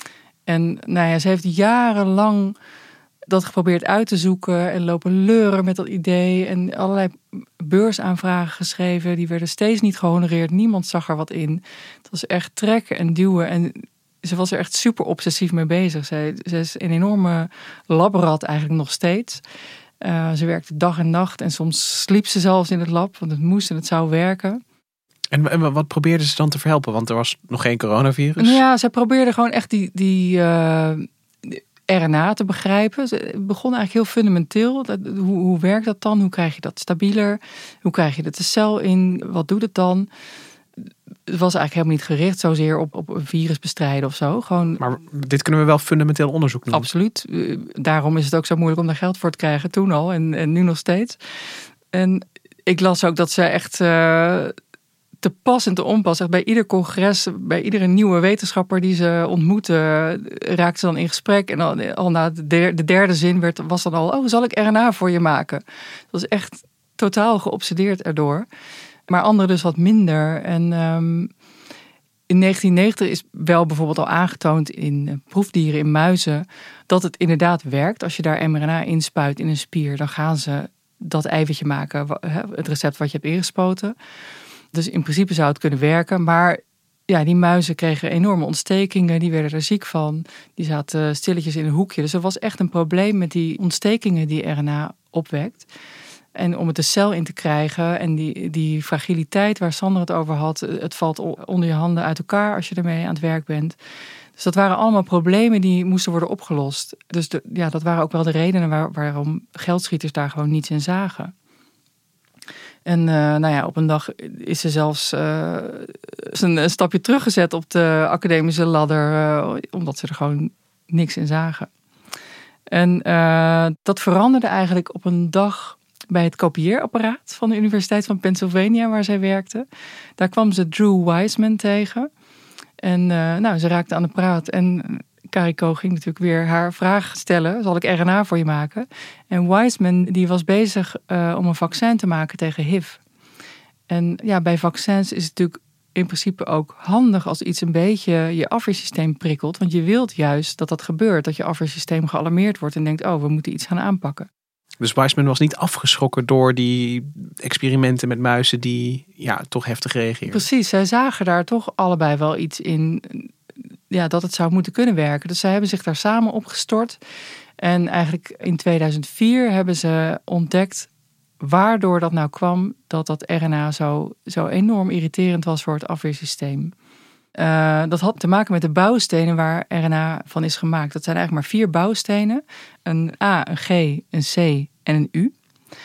Speaker 4: En nou ja, ze heeft jarenlang dat geprobeerd uit te zoeken en lopen leuren met dat idee. En allerlei beursaanvragen geschreven. Die werden steeds niet gehonoreerd. Niemand zag er wat in. Het was echt trekken en duwen. En ze was er echt super obsessief mee bezig. Ze, ze is een enorme labrat eigenlijk nog steeds. Uh, ze werkte dag en nacht. En soms sliep ze zelfs in het lab. Want het moest en het zou werken.
Speaker 2: En, en wat probeerde ze dan te verhelpen? Want er was nog geen coronavirus.
Speaker 4: Ja, ze probeerde gewoon echt die... die uh, R N A te begrijpen. Het begon eigenlijk heel fundamenteel. Hoe, hoe werkt dat dan? Hoe krijg je dat stabieler? Hoe krijg je het de cel in? Wat doet het dan? Het was eigenlijk helemaal niet gericht zozeer op, op een virus bestrijden of zo. Gewoon...
Speaker 2: Maar dit kunnen we wel fundamenteel onderzoek noemen.
Speaker 4: Absoluut. Daarom is het ook zo moeilijk om daar geld voor te krijgen. Toen al en, en nu nog steeds. En ik las ook dat ze echt... Uh, te pas en te onpas. Echt bij ieder congres, bij iedere nieuwe wetenschapper die ze ontmoette, raakte ze dan in gesprek. En al, al na de derde, de derde zin werd, was dan al, oh, zal ik R N A voor je maken? Dat was echt totaal geobsedeerd erdoor. Maar anderen dus wat minder. En um, in negentien negentig is wel bijvoorbeeld al aangetoond in proefdieren, in muizen, dat het inderdaad werkt. Als je daar M R N A inspuit in een spier, dan gaan ze dat eiwitje maken, het recept wat je hebt ingespoten. Dus in principe zou het kunnen werken. Maar ja, die muizen kregen enorme ontstekingen. Die werden er ziek van. Die zaten stilletjes in een hoekje. Dus er was echt een probleem met die ontstekingen die R N A opwekt. En om het de cel in te krijgen en die, die fragiliteit waar Sander het over had. Het valt onder je handen uit elkaar als je ermee aan het werk bent. Dus dat waren allemaal problemen die moesten worden opgelost. Dus de, ja, dat waren ook wel de redenen waar, waarom geldschieters daar gewoon niets in zagen. En uh, nou ja, op een dag is ze zelfs uh, een, een stapje teruggezet op de academische ladder, uh, omdat ze er gewoon niks in zagen. En uh, dat veranderde eigenlijk op een dag bij het kopieerapparaat van de Universiteit van Pennsylvania, waar zij werkte. Daar kwam ze Drew Weissman tegen. En uh, nou, ze raakte aan de praat. En Kariko ging natuurlijk weer haar vraag stellen. Zal ik R N A voor je maken? En Weissman die was bezig uh, om een vaccin te maken tegen H I V. En ja, bij vaccins is het natuurlijk in principe ook handig als iets een beetje je afweersysteem prikkelt. Want je wilt juist dat dat gebeurt. Dat je afweersysteem gealarmeerd wordt en denkt, oh, we moeten iets gaan aanpakken.
Speaker 2: Dus Weissman was niet afgeschrokken door die experimenten met muizen die ja, toch heftig reageerden.
Speaker 4: Precies, zij zagen daar toch allebei wel iets in, ja, dat het zou moeten kunnen werken. Dus zij hebben zich daar samen op gestort. En eigenlijk in tweeduizend vier hebben ze ontdekt waardoor dat nou kwam dat dat R N A zo, zo enorm irriterend was voor het afweersysteem. Uh, dat had te maken met de bouwstenen waar R N A van is gemaakt. Dat zijn eigenlijk maar vier bouwstenen. Een A, een G, een C en een U.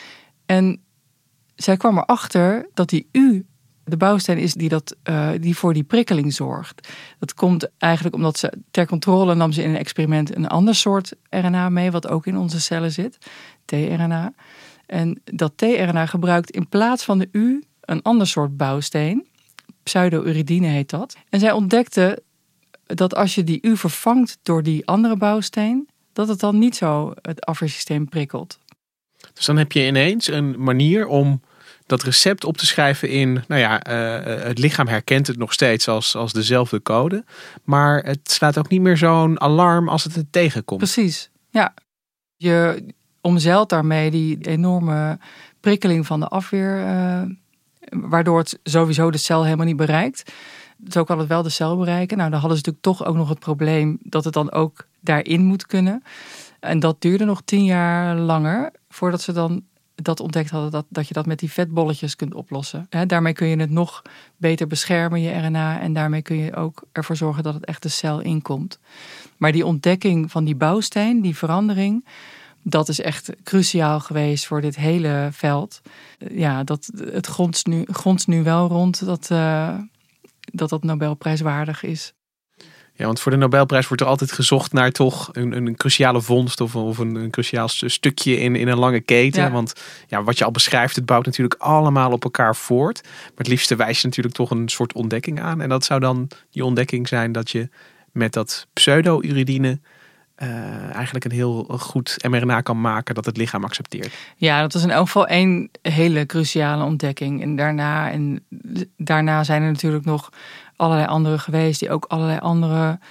Speaker 4: En zij kwam erachter dat die U de bouwsteen is die, dat, uh, die voor die prikkeling zorgt. Dat komt eigenlijk omdat ze ter controle nam ze in een experiment een ander soort R N A mee, wat ook in onze cellen zit, tRNA. En dat tRNA gebruikt in plaats van de U een ander soort bouwsteen. Pseudo-uridine heet dat. En zij ontdekte dat als je die U vervangt door die andere bouwsteen, dat het dan niet zo het afweersysteem prikkelt.
Speaker 2: Dus dan heb je ineens een manier om dat recept op te schrijven in, nou ja, uh, het lichaam herkent het nog steeds als, als dezelfde code. Maar het slaat ook niet meer zo'n alarm als het het tegenkomt.
Speaker 4: Precies, ja. Je omzeilt daarmee die enorme prikkeling van de afweer, uh, waardoor het sowieso de cel helemaal niet bereikt. Zo kan het wel de cel bereiken. Nou, dan hadden ze natuurlijk toch ook nog het probleem dat het dan ook daarin moet kunnen. En dat duurde nog tien jaar langer voordat ze dan dat ontdekt hadden, dat, dat je dat met die vetbolletjes kunt oplossen. He, daarmee kun je het nog beter beschermen, je R N A. En daarmee kun je ook ervoor zorgen dat het echt de cel inkomt. Maar die ontdekking van die bouwsteen, die verandering, dat is echt cruciaal geweest voor dit hele veld. Ja, dat, het gonst nu, gonst nu wel rond dat, uh, dat dat Nobelprijswaardig is.
Speaker 2: Ja, want voor de Nobelprijs wordt er altijd gezocht naar toch een, een cruciale vondst of, of een, een cruciaal stukje in, in een lange keten. Ja. Want ja, wat je al beschrijft, het bouwt natuurlijk allemaal op elkaar voort. Maar het liefste wijs je natuurlijk toch een soort ontdekking aan. En dat zou dan die ontdekking zijn dat je met dat pseudo-uridine Uh, eigenlijk een heel goed M R N A kan maken dat het lichaam accepteert.
Speaker 4: Ja, dat was in elk geval één hele cruciale ontdekking. En daarna, en daarna zijn er natuurlijk nog allerlei andere geweest die ook allerlei andere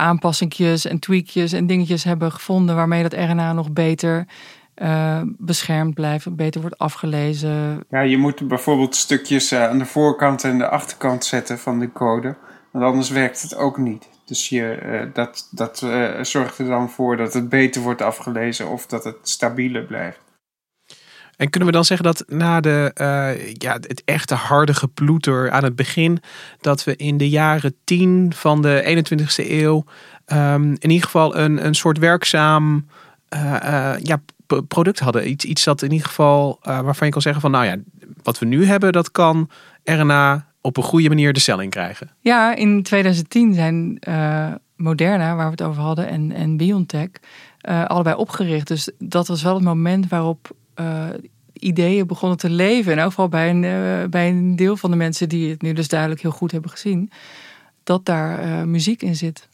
Speaker 4: aanpassingjes en tweakjes en dingetjes hebben gevonden waarmee dat R N A nog beter uh, beschermd blijft, beter wordt afgelezen.
Speaker 3: Ja, je moet bijvoorbeeld stukjes uh, aan de voorkant en de achterkant zetten van de code, want anders werkt het ook niet. Dus je, uh, dat, dat uh, zorgt er dan voor dat het beter wordt afgelezen of dat het stabieler blijft.
Speaker 2: En kunnen we dan zeggen dat na de, uh, ja, het echte harde geploeter aan het begin, dat we in de jaren tien van de eenentwintigste eeuw um, in ieder geval een, een soort werkzaam uh, uh, ja, p- product hadden. Iets, iets dat in ieder geval uh, waarvan je kan zeggen van nou ja, wat we nu hebben, dat kan R N A op een goede manier de cel in krijgen.
Speaker 4: Ja, in tweeduizend tien zijn uh, Moderna, waar we het over hadden, en, en BioNTech uh, allebei opgericht. Dus dat was wel het moment waarop uh, ideeën begonnen te leven. In elk geval bij een, uh, bij een deel van de mensen die het nu dus duidelijk heel goed hebben gezien, dat daar uh, muziek in zit.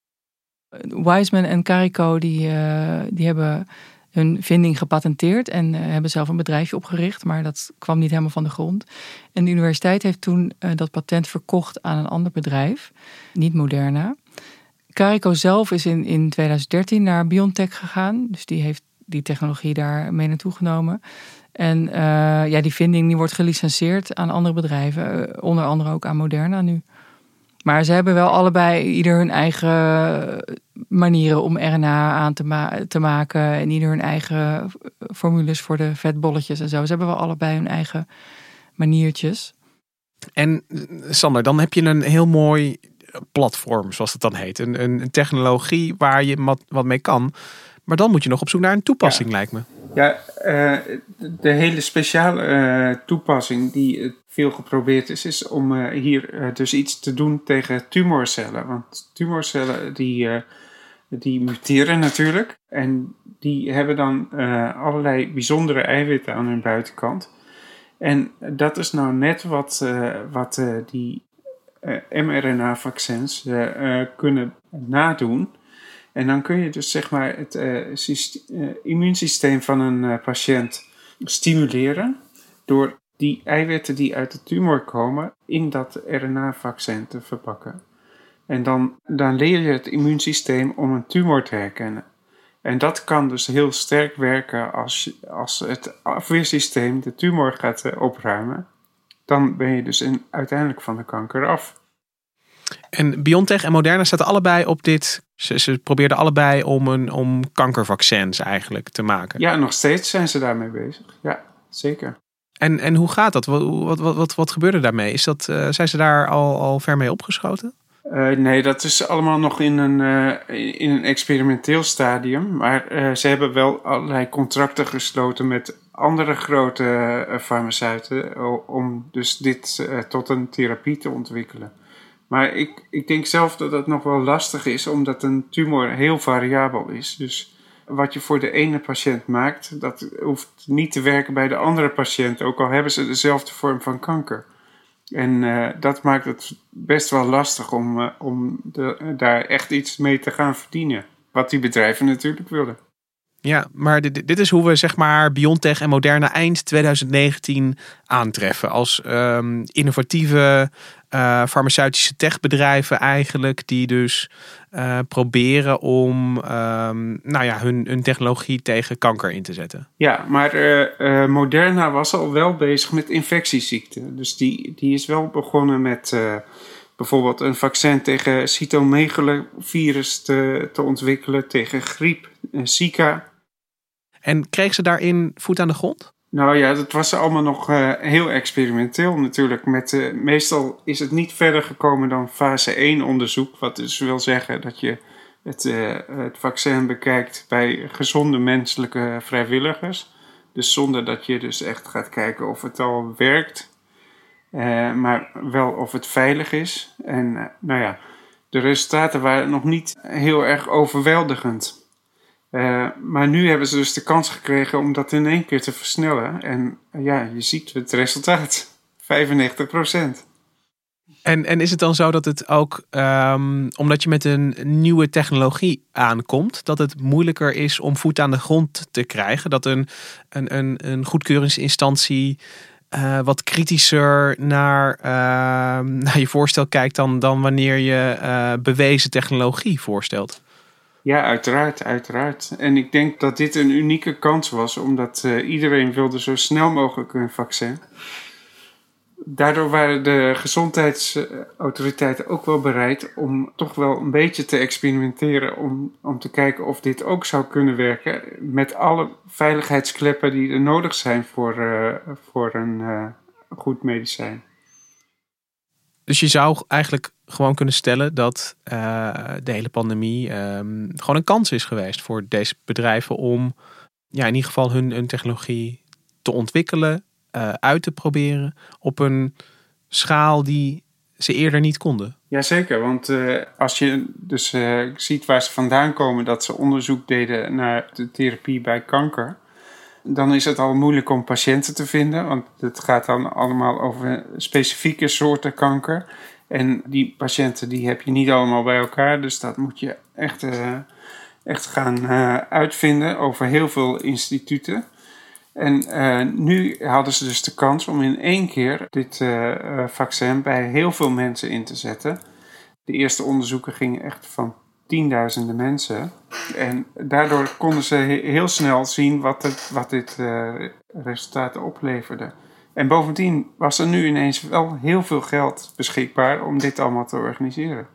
Speaker 4: Weizmann en Carrico die, uh, die hebben hun vinding gepatenteerd en uh, hebben zelf een bedrijfje opgericht, maar dat kwam niet helemaal van de grond. En de universiteit heeft toen uh, dat patent verkocht aan een ander bedrijf, niet Moderna. Carrico zelf is in, in tweeduizend dertien naar BioNTech gegaan, dus die heeft die technologie daar mee naartoe genomen. En uh, ja, die vinding die wordt gelicenseerd aan andere bedrijven, uh, onder andere ook aan Moderna nu. Maar ze hebben wel allebei ieder hun eigen manieren om R N A aan te, ma- te maken. En ieder hun eigen formules voor de vetbolletjes en zo. Ze hebben wel allebei hun eigen maniertjes.
Speaker 2: En Sander, dan heb je een heel mooi platform, zoals het dan heet. Een, een technologie waar je wat, wat mee kan. Maar dan moet je nog op zoek naar een toepassing, ja. lijkt me.
Speaker 3: Ja, uh, de hele speciale uh, toepassing die uh, veel geprobeerd is, is om uh, hier uh, dus iets te doen tegen tumorcellen. Want tumorcellen die, uh, die muteren natuurlijk. En die hebben dan uh, allerlei bijzondere eiwitten aan hun buitenkant. En dat is nou net wat, uh, wat uh, die uh, mRNA-vaccins uh, uh, kunnen nadoen. En dan kun je dus zeg maar het uh, syste- uh, immuunsysteem van een uh, patiënt stimuleren door die eiwitten die uit de tumor komen in dat R N A-vaccin te verpakken. En dan, dan leer je het immuunsysteem om een tumor te herkennen. En dat kan dus heel sterk werken als, als het afweersysteem de tumor gaat uh, opruimen. Dan ben je dus in, uiteindelijk van de kanker af.
Speaker 2: En BioNTech en Moderna zaten allebei op dit. Ze, ze probeerden allebei om, een, om kankervaccins eigenlijk te maken.
Speaker 3: Ja, nog steeds zijn ze daarmee bezig. Ja, zeker.
Speaker 2: En, en hoe gaat dat? Wat, wat, wat, wat, wat gebeurde daarmee? Is dat, uh, zijn ze daar al, al ver mee opgeschoten?
Speaker 3: Uh, nee, dat is allemaal nog in een, uh, in een experimenteel stadium. Maar uh, ze hebben wel allerlei contracten gesloten met andere grote uh, farmaceuten om dus dit uh, tot een therapie te ontwikkelen. Maar ik, ik denk zelf dat het nog wel lastig is, omdat een tumor heel variabel is. Dus wat je voor de ene patiënt maakt, dat hoeft niet te werken bij de andere patiënt, ook al hebben ze dezelfde vorm van kanker. En uh, dat maakt het best wel lastig om, uh, om de, uh, daar echt iets mee te gaan verdienen. Wat die bedrijven natuurlijk willen.
Speaker 2: Ja, maar dit, dit is hoe we zeg maar BioNTech en Moderna eind twintig negentien aantreffen. Als um, innovatieve uh, farmaceutische techbedrijven eigenlijk. Die dus uh, proberen om um, nou ja, hun, hun technologie tegen kanker in te zetten.
Speaker 3: Ja, maar uh, uh, Moderna was al wel bezig met infectieziekten. Dus die, die is wel begonnen met uh, bijvoorbeeld een vaccin tegen cytomegalovirus te, te ontwikkelen. Tegen griep, uh, Zika.
Speaker 2: En kreeg ze daarin voet aan de grond?
Speaker 3: Nou ja, dat was allemaal nog uh, heel experimenteel natuurlijk. Met, uh, meestal is het niet verder gekomen dan fase één onderzoek. Wat dus wil zeggen dat je het, uh, het vaccin bekijkt bij gezonde menselijke vrijwilligers. Dus zonder dat je dus echt gaat kijken of het al werkt. Uh, maar wel of het veilig is. En uh, nou ja, de resultaten waren nog niet heel erg overweldigend. Uh, maar nu hebben ze dus de kans gekregen om dat in één keer te versnellen. En uh, ja, je ziet het resultaat. vijfennegentig procent.
Speaker 2: En, en is het dan zo dat het ook, um, omdat je met een nieuwe technologie aankomt, dat het moeilijker is om voet aan de grond te krijgen? Dat een, een, een, een goedkeuringsinstantie uh, wat kritischer naar, uh, naar je voorstel kijkt dan, dan wanneer je uh, bewezen technologie voorstelt.
Speaker 3: Ja, uiteraard, uiteraard. En ik denk dat dit een unieke kans was, omdat uh, iedereen wilde zo snel mogelijk een vaccin. Daardoor waren de gezondheidsautoriteiten ook wel bereid om toch wel een beetje te experimenteren om, om te kijken of dit ook zou kunnen werken met alle veiligheidskleppen die er nodig zijn voor, uh, voor een uh, goed medicijn.
Speaker 2: Dus je zou eigenlijk gewoon kunnen stellen dat uh, de hele pandemie uh, gewoon een kans is geweest voor deze bedrijven om ja, in ieder geval hun, hun technologie te ontwikkelen, uh, uit te proberen op een schaal die ze eerder niet konden.
Speaker 3: Jazeker, want uh, als je dus uh, ziet waar ze vandaan komen, dat ze onderzoek deden naar de therapie bij kanker, dan is het al moeilijk om patiënten te vinden, want het gaat dan allemaal over specifieke soorten kanker. En die patiënten die heb je niet allemaal bij elkaar, dus dat moet je echt, uh, echt gaan uh, uitvinden over heel veel instituten. En uh, nu hadden ze dus de kans om in één keer dit uh, vaccin bij heel veel mensen in te zetten. De eerste onderzoeken gingen echt van tienduizenden mensen. En daardoor konden ze heel snel zien wat, het, wat dit uh, resultaat opleverde. En bovendien was er nu ineens wel heel veel geld beschikbaar om dit allemaal te organiseren.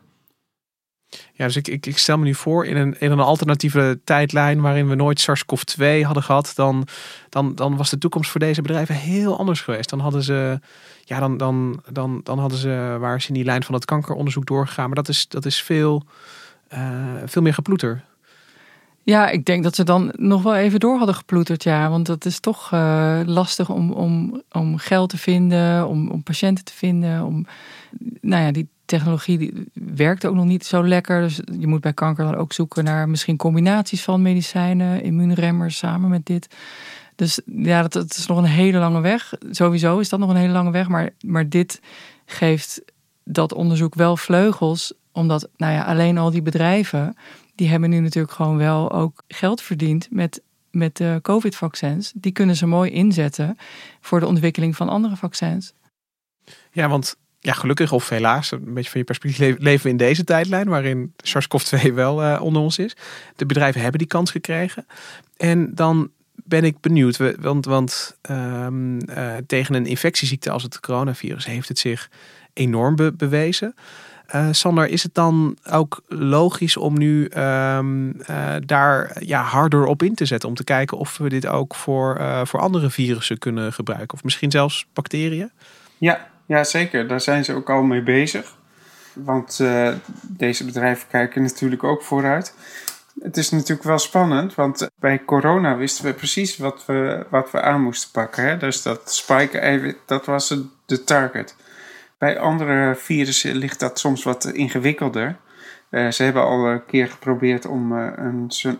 Speaker 2: Ja, dus ik, ik, ik stel me nu voor in een, in een alternatieve tijdlijn waarin we nooit SARS-CoV twee hadden gehad, dan, dan, dan was de toekomst voor deze bedrijven heel anders geweest. Dan hadden ze, ja, dan, dan, dan, dan hadden ze, waar ze in die lijn van het kankeronderzoek doorgegaan. Maar dat is, dat is veel, uh, veel meer geploeter.
Speaker 4: Ja, ik denk dat ze dan nog wel even door hadden geploeterd, ja. Want het is toch uh, lastig om, om, om geld te vinden, om, om patiënten te vinden. Om, nou ja, die technologie die werkt ook nog niet zo lekker. Dus je moet bij kanker dan ook zoeken naar misschien combinaties van medicijnen, immuunremmers samen met dit. Dus ja, dat, dat is nog een hele lange weg. Sowieso is dat nog een hele lange weg. Maar, maar dit geeft dat onderzoek wel vleugels. Omdat, nou ja, alleen al die bedrijven, die hebben nu natuurlijk gewoon wel ook geld verdiend met, met de COVID-vaccins. Die kunnen ze mooi inzetten voor de ontwikkeling van andere vaccins.
Speaker 2: Ja, want ja, gelukkig of helaas, een beetje van je perspectief, leven we in deze tijdlijn waarin SARS-CoV twee wel uh, onder ons is. De bedrijven hebben die kans gekregen. En dan ben ik benieuwd, want, want um, uh, tegen een infectieziekte als het coronavirus heeft het zich enorm be- bewezen. Uh, Sander, is het dan ook logisch om nu um, uh, daar ja, harder op in te zetten? Om te kijken of we dit ook voor, uh, voor andere virussen kunnen gebruiken? Of misschien zelfs bacteriën?
Speaker 3: Ja, ja, zeker. Daar zijn ze ook al mee bezig. Want uh, deze bedrijven kijken natuurlijk ook vooruit. Het is natuurlijk wel spannend, want bij corona wisten we precies wat we, wat we aan moesten pakken. Hè? Dus dat spike-eiwit, dat was de target. Bij andere virussen ligt dat soms wat ingewikkelder. Uh, ze hebben al een keer geprobeerd om uh, een zo'n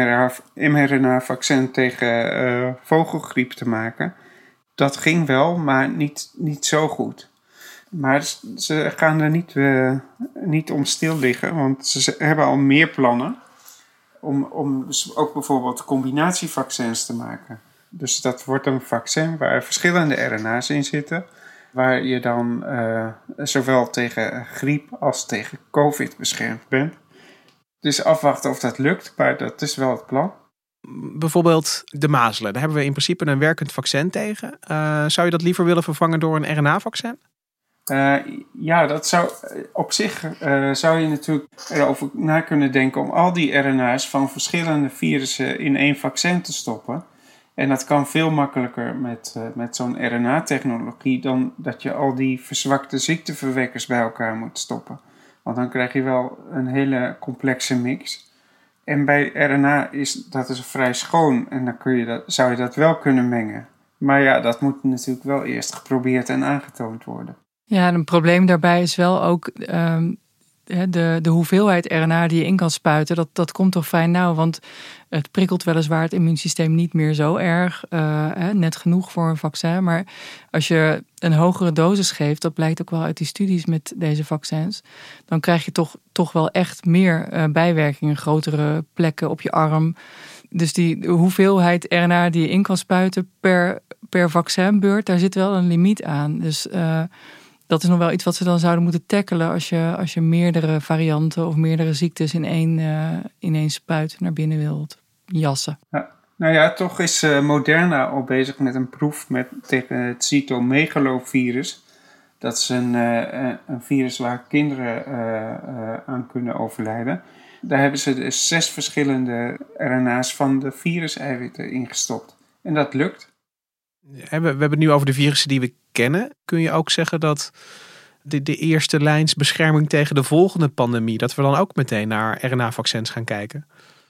Speaker 3: mRNA-vaccin tegen uh, vogelgriep te maken. Dat ging wel, maar niet, niet zo goed. Maar ze gaan er niet, uh, niet om stil liggen, want ze hebben al meer plannen om, om ook bijvoorbeeld combinatievaccins te maken. Dus dat wordt een vaccin waar verschillende R N A's in zitten, waar je dan uh, zowel tegen griep als tegen COVID beschermd bent. Dus afwachten of dat lukt, maar dat is wel het plan.
Speaker 2: Bijvoorbeeld de mazelen. Daar hebben we in principe een werkend vaccin tegen. Uh, zou je dat liever willen vervangen door een R N A-vaccin?
Speaker 3: Uh, ja, dat zou op zich uh, zou je natuurlijk erover na kunnen denken om al die R N A's van verschillende virussen in één vaccin te stoppen. En dat kan veel makkelijker met, uh, met zo'n R N A-technologie dan dat je al die verzwakte ziekteverwekkers bij elkaar moet stoppen. Want dan krijg je wel een hele complexe mix. En bij R N A is dat is vrij schoon en dan kun je dat, zou je dat wel kunnen mengen. Maar ja, dat moet natuurlijk wel eerst geprobeerd en aangetoond worden.
Speaker 4: Ja, en een probleem daarbij is wel ook um, de, de hoeveelheid R N A die je in kan spuiten. Dat, dat komt toch vrij nauw, want het prikkelt weliswaar het immuunsysteem niet meer zo erg. Uh, net genoeg voor een vaccin. Maar als je een hogere dosis geeft, dat blijkt ook wel uit die studies met deze vaccins, dan krijg je toch, toch wel echt meer uh, bijwerkingen. Grotere plekken op je arm, Dus die de hoeveelheid R N A die je in kan spuiten per, per vaccinbeurt, daar zit wel een limiet aan. Dus uh, dat is nog wel iets wat ze dan zouden moeten tackelen als je, als je meerdere varianten of meerdere ziektes in één, uh, in één spuit naar binnen wilt jassen.
Speaker 3: Ja. Nou ja, toch is uh, Moderna al bezig met een proef met, tegen het cytomegalovirus. Dat is een, uh, een virus waar kinderen uh, uh, aan kunnen overlijden. Daar hebben ze dus zes verschillende R N A's van de viruseiwitten ingestopt. En dat lukt.
Speaker 2: We hebben het nu over de virussen die we kennen. Kun je ook zeggen dat de, de eerste lijns bescherming tegen de volgende pandemie, dat we dan ook meteen naar R N A-vaccins gaan kijken?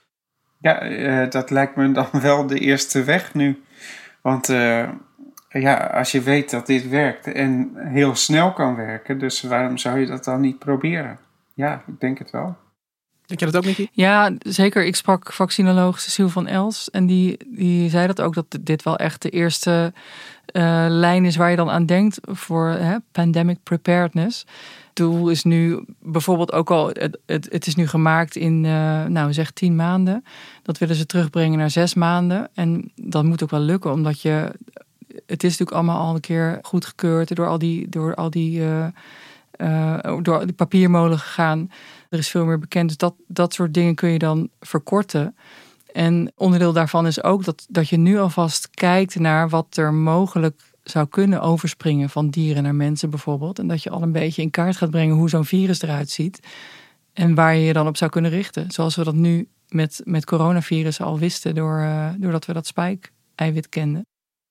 Speaker 3: Ja, uh, dat lijkt me dan wel de eerste weg nu. Want uh, ja, als je weet dat dit werkt en heel snel kan werken, dus waarom zou je dat dan niet proberen? Ja, ik denk het wel.
Speaker 2: Denk je dat ook, Nicky?
Speaker 4: Ja, zeker. Ik sprak vaccinoloog Cecile van Els en die, die zei dat ook, dat dit wel echt de eerste uh, lijn is waar je dan aan denkt voor hè, pandemic preparedness. Het doel is nu bijvoorbeeld ook al, het, het, het is nu gemaakt in, uh, nou zeg tien maanden. Dat willen ze terugbrengen naar zes maanden. En dat moet ook wel lukken, omdat je, het is natuurlijk allemaal al een keer goedgekeurd door al die, door al die, uh, uh, door die papiermolen gegaan. Er is veel meer bekend, dus dat, dat soort dingen kun je dan verkorten. En onderdeel daarvan is ook dat, dat je nu alvast kijkt naar wat er mogelijk zou kunnen overspringen van dieren naar mensen bijvoorbeeld. En dat je al een beetje in kaart gaat brengen hoe zo'n virus eruit ziet. En waar je je dan op zou kunnen richten. Zoals we dat nu met, met coronavirus al wisten, door, uh, doordat we dat spike-eiwit kenden.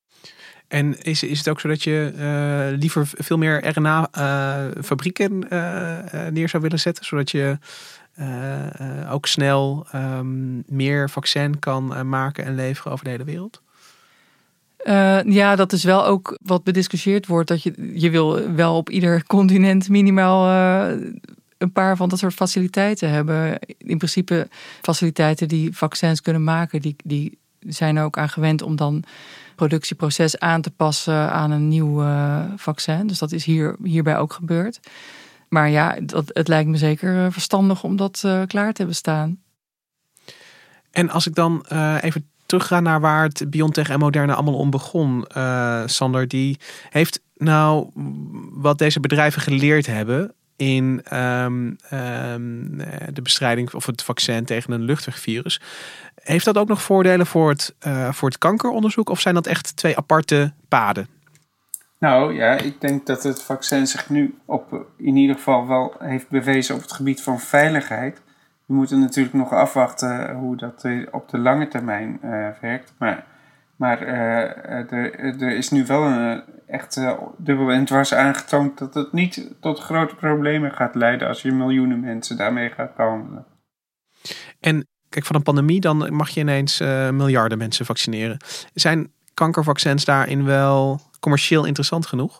Speaker 2: En is, is het ook zo dat je uh, liever veel meer R N A-fabrieken uh, uh, neer zou willen zetten? Zodat je uh, uh, ook snel um, meer vaccin kan uh, maken en leveren over de hele wereld?
Speaker 4: Uh, ja, dat is wel ook wat bediscussieerd wordt. Dat je, je wil wel op ieder continent minimaal uh, een paar van dat soort faciliteiten hebben. In principe faciliteiten die vaccins kunnen maken, die, die zijn er ook aan gewend om dan productieproces aan te passen aan een nieuw uh, vaccin. Dus dat is hier, hierbij ook gebeurd. Maar ja, dat, het lijkt me zeker verstandig om dat uh, klaar te hebben staan.
Speaker 2: En als ik dan uh, even terugga naar waar het BioNTech en Moderna allemaal om begon. Uh, Sander, die heeft nou wat deze bedrijven geleerd hebben in um, um, de bestrijding of het vaccin tegen een luchtwegvirus. Heeft dat ook nog voordelen voor het, uh, voor het kankeronderzoek? Of zijn dat echt twee aparte paden?
Speaker 3: Nou ja, ik denk dat het vaccin zich nu op, in ieder geval wel heeft bewezen op het gebied van veiligheid. We moeten natuurlijk nog afwachten hoe dat op de lange termijn uh, werkt. Maar, maar uh, er, er is nu wel een echt uh, dubbel en dwars aangetoond dat het niet tot grote problemen gaat leiden als je miljoenen mensen daarmee gaat behandelen.
Speaker 2: En kijk, van een pandemie dan mag je ineens uh, miljarden mensen vaccineren. Zijn kankervaccins daarin wel commercieel interessant genoeg?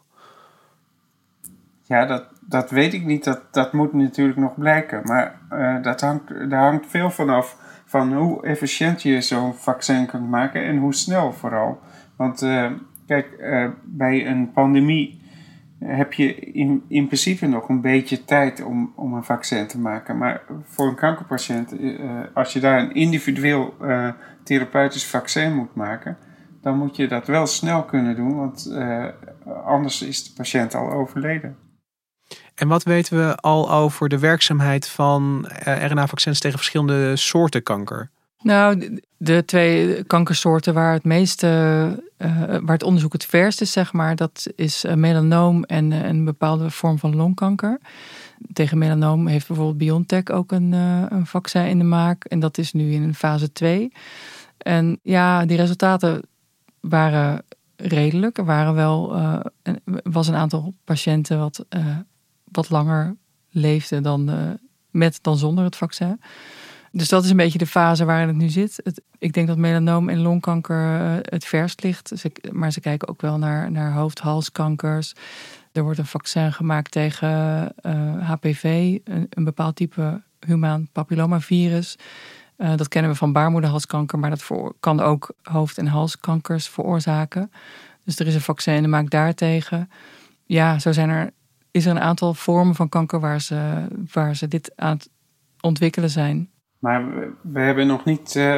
Speaker 3: Ja, dat, dat weet ik niet. Dat, dat moet natuurlijk nog blijken. Maar uh, dat hangt, daar hangt veel van af van hoe efficiënt je zo'n vaccin kunt maken en hoe snel vooral. Want uh, kijk, uh, bij een pandemie heb je in, in principe nog een beetje tijd om, om een vaccin te maken. Maar voor een kankerpatiënt, uh, als je daar een individueel uh, therapeutisch vaccin moet maken, dan moet je dat wel snel kunnen doen, want uh, anders is de patiënt al overleden.
Speaker 2: En wat weten we al over de werkzaamheid van R N A-vaccins tegen verschillende soorten kanker?
Speaker 4: Nou, de twee kankersoorten waar het meeste, uh, waar het onderzoek het verst is, zeg maar, dat is uh, melanoom en uh, een bepaalde vorm van longkanker. Tegen melanoom heeft bijvoorbeeld BioNTech ook een, uh, een vaccin in de maak. En dat is nu in fase twee. En ja, die resultaten waren redelijk. Er waren wel, uh, was een aantal patiënten wat, uh, wat langer leefde dan, uh, met dan zonder het vaccin. Dus dat is een beetje de fase waarin het nu zit. Het, ik denk dat melanoom en longkanker uh, het verst ligt. Ze, maar ze kijken ook wel naar, naar hoofd-halskankers. Er wordt een vaccin gemaakt tegen uh, H P V, een, een bepaald type humaan papillomavirus. Uh, dat kennen we van baarmoederhalskanker, maar dat voor, kan ook hoofd- en halskankers veroorzaken. Dus er is een vaccin in de maak daartegen. Ja, zo zijn er, is er een aantal vormen van kanker waar ze, waar ze dit aan het ontwikkelen zijn.
Speaker 3: Maar we, we hebben nog niet uh,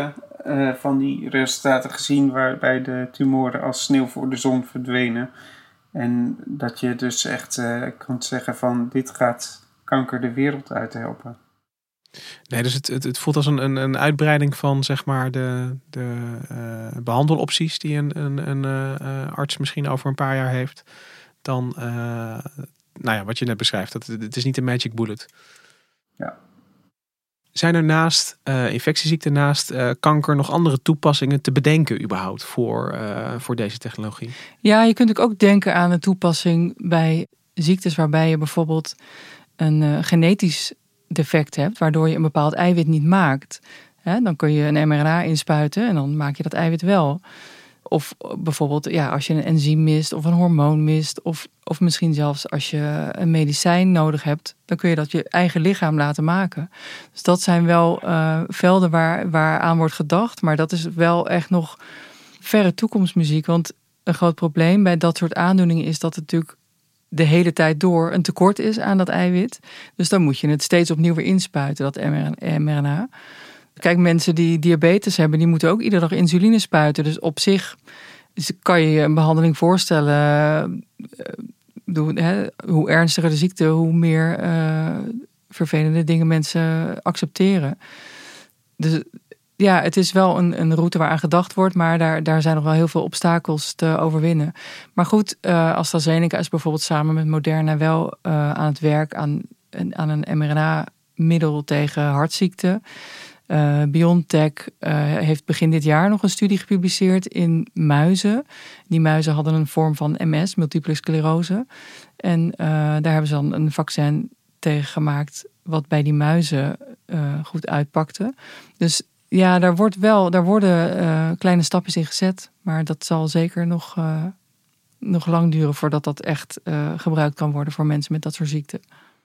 Speaker 3: uh, van die resultaten gezien waarbij de tumoren als sneeuw voor de zon verdwenen. En dat je dus echt uh, kunt zeggen van dit gaat kanker de wereld uithelpen.
Speaker 2: Nee, dus het, het, het voelt als een, een, een uitbreiding van zeg maar de, de uh, behandelopties die een, een, een uh, arts misschien over een paar jaar heeft. Dan, uh, nou ja, wat je net beschrijft. Dat, het is niet een magic bullet.
Speaker 3: Ja.
Speaker 2: Zijn er naast uh, infectieziekten, naast uh, kanker nog andere toepassingen te bedenken überhaupt voor, uh, voor deze technologie?
Speaker 4: Ja, je kunt ook denken aan een toepassing bij ziektes waarbij je bijvoorbeeld een uh, genetisch defect hebt, waardoor je een bepaald eiwit niet maakt. Hè, dan kun je een mRNA inspuiten en dan maak je dat eiwit wel. Of bijvoorbeeld ja, als je een enzym mist of een hormoon mist. Of, of misschien zelfs als je een medicijn nodig hebt. Dan kun je dat je eigen lichaam laten maken. Dus dat zijn wel uh, velden waar, waar aan wordt gedacht. Maar dat is wel echt nog verre toekomstmuziek. Want een groot probleem bij dat soort aandoeningen is dat het natuurlijk de hele tijd door een tekort is aan dat eiwit. Dus dan moet je het steeds opnieuw weer inspuiten, dat mRNA. Kijk, mensen die diabetes hebben, die moeten ook iedere dag insuline spuiten. Dus op zich kan je je een behandeling voorstellen. Hoe ernstiger de ziekte, hoe meer uh, vervelende dingen mensen accepteren. Dus ja, het is wel een, een route waaraan gedacht wordt, maar daar, daar zijn nog wel heel veel obstakels te overwinnen. Maar goed, uh, AstraZeneca is bijvoorbeeld samen met Moderna wel uh, aan het werk aan, aan een mRNA-middel tegen hartziekten. Uh, BioNTech uh, heeft begin dit jaar nog een studie gepubliceerd in muizen. Die muizen hadden een vorm van M S, multiple sclerose. En uh, daar hebben ze dan een vaccin tegen gemaakt wat bij die muizen uh, goed uitpakte. Dus ja, daar, wordt wel, daar worden uh, kleine stapjes in gezet. Maar dat zal zeker nog, uh, nog lang duren voordat dat echt uh, gebruikt kan worden voor mensen met dat soort ziekten.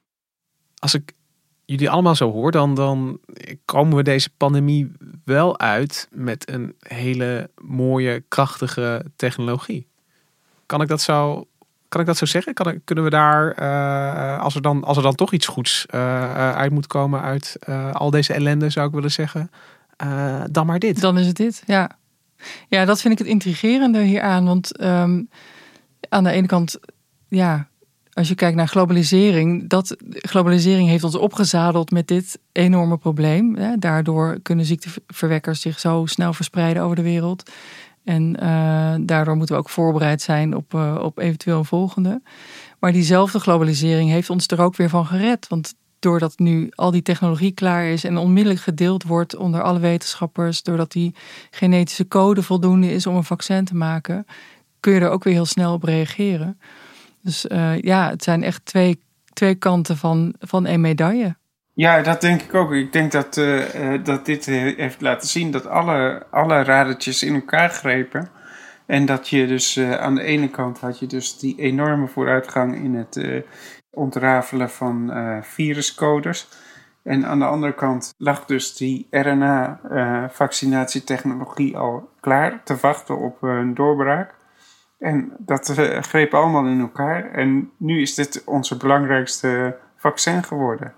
Speaker 2: Als ik jullie allemaal zo hoor, dan, dan komen we deze pandemie wel uit met een hele mooie, krachtige technologie. Kan ik dat zo, kan ik dat zo zeggen? Kan, kunnen we daar, uh, als, er dan, als er dan toch iets goeds uh, uh, uit moet komen uit uh, al deze ellende, zou ik willen zeggen, uh, dan maar dit.
Speaker 4: Dan is het dit, ja. Ja, dat vind ik het intrigerende hieraan. Want um, aan de ene kant, ja, als je kijkt naar globalisering, dat globalisering heeft ons opgezadeld met dit enorme probleem. Hè. Daardoor kunnen ziekteverwekkers zich zo snel verspreiden over de wereld. En uh, daardoor moeten we ook voorbereid zijn op, uh, op eventueel een volgende. Maar diezelfde globalisering heeft ons er ook weer van gered. Want doordat nu al die technologie klaar is en onmiddellijk gedeeld wordt onder alle wetenschappers, doordat die genetische code voldoende is om een vaccin te maken, kun je er ook weer heel snel op reageren. Dus uh, ja, het zijn echt twee, twee kanten van, van één medaille.
Speaker 3: Ja, dat denk ik ook. Ik denk dat, uh, uh, dat dit uh, heeft laten zien dat alle, alle radertjes in elkaar grepen. En dat je dus uh, aan de ene kant had je dus die enorme vooruitgang in het uh, ontrafelen van uh, viruscodes. En aan de andere kant lag dus die R N A-vaccinatietechnologie uh, al klaar te wachten op uh, een doorbraak. En dat uh, greep allemaal in elkaar. En nu is dit onze belangrijkste vaccin geworden.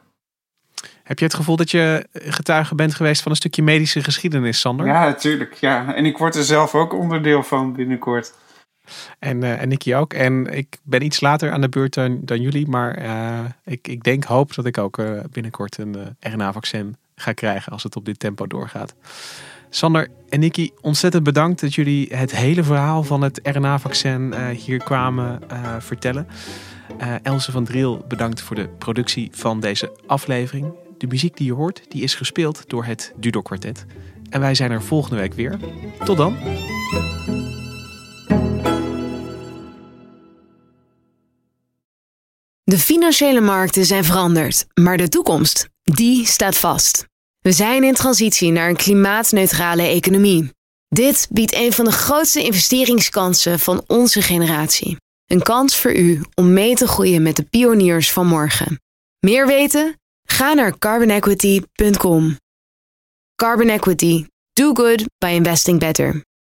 Speaker 2: Heb je het gevoel dat je getuige bent geweest van een stukje medische geschiedenis, Sander?
Speaker 3: Ja, natuurlijk. Ja. En ik word er zelf ook onderdeel van binnenkort.
Speaker 2: En, uh, en Nicky ook. En ik ben iets later aan de beurt dan, dan jullie. Maar uh, ik, ik denk, hoop dat ik ook uh, binnenkort een uh, R N A-vaccin ga krijgen als het op dit tempo doorgaat. Sander en Nicky, ontzettend bedankt dat jullie het hele verhaal van het R N A-vaccin uh, hier kwamen uh, vertellen. Uh, Else van Driel, bedankt voor de productie van deze aflevering. De muziek die je hoort, die is gespeeld door het Dudok Kwartet. En wij zijn er volgende week weer. Tot dan!
Speaker 5: De financiële markten zijn veranderd, maar de toekomst, die staat vast. We zijn in transitie naar een klimaatneutrale economie. Dit biedt een van de grootste investeringskansen van onze generatie. Een kans voor u om mee te groeien met de pioniers van morgen. Meer weten? Ga naar carbon equity punt com. Carbon Equity. Do good by investing better.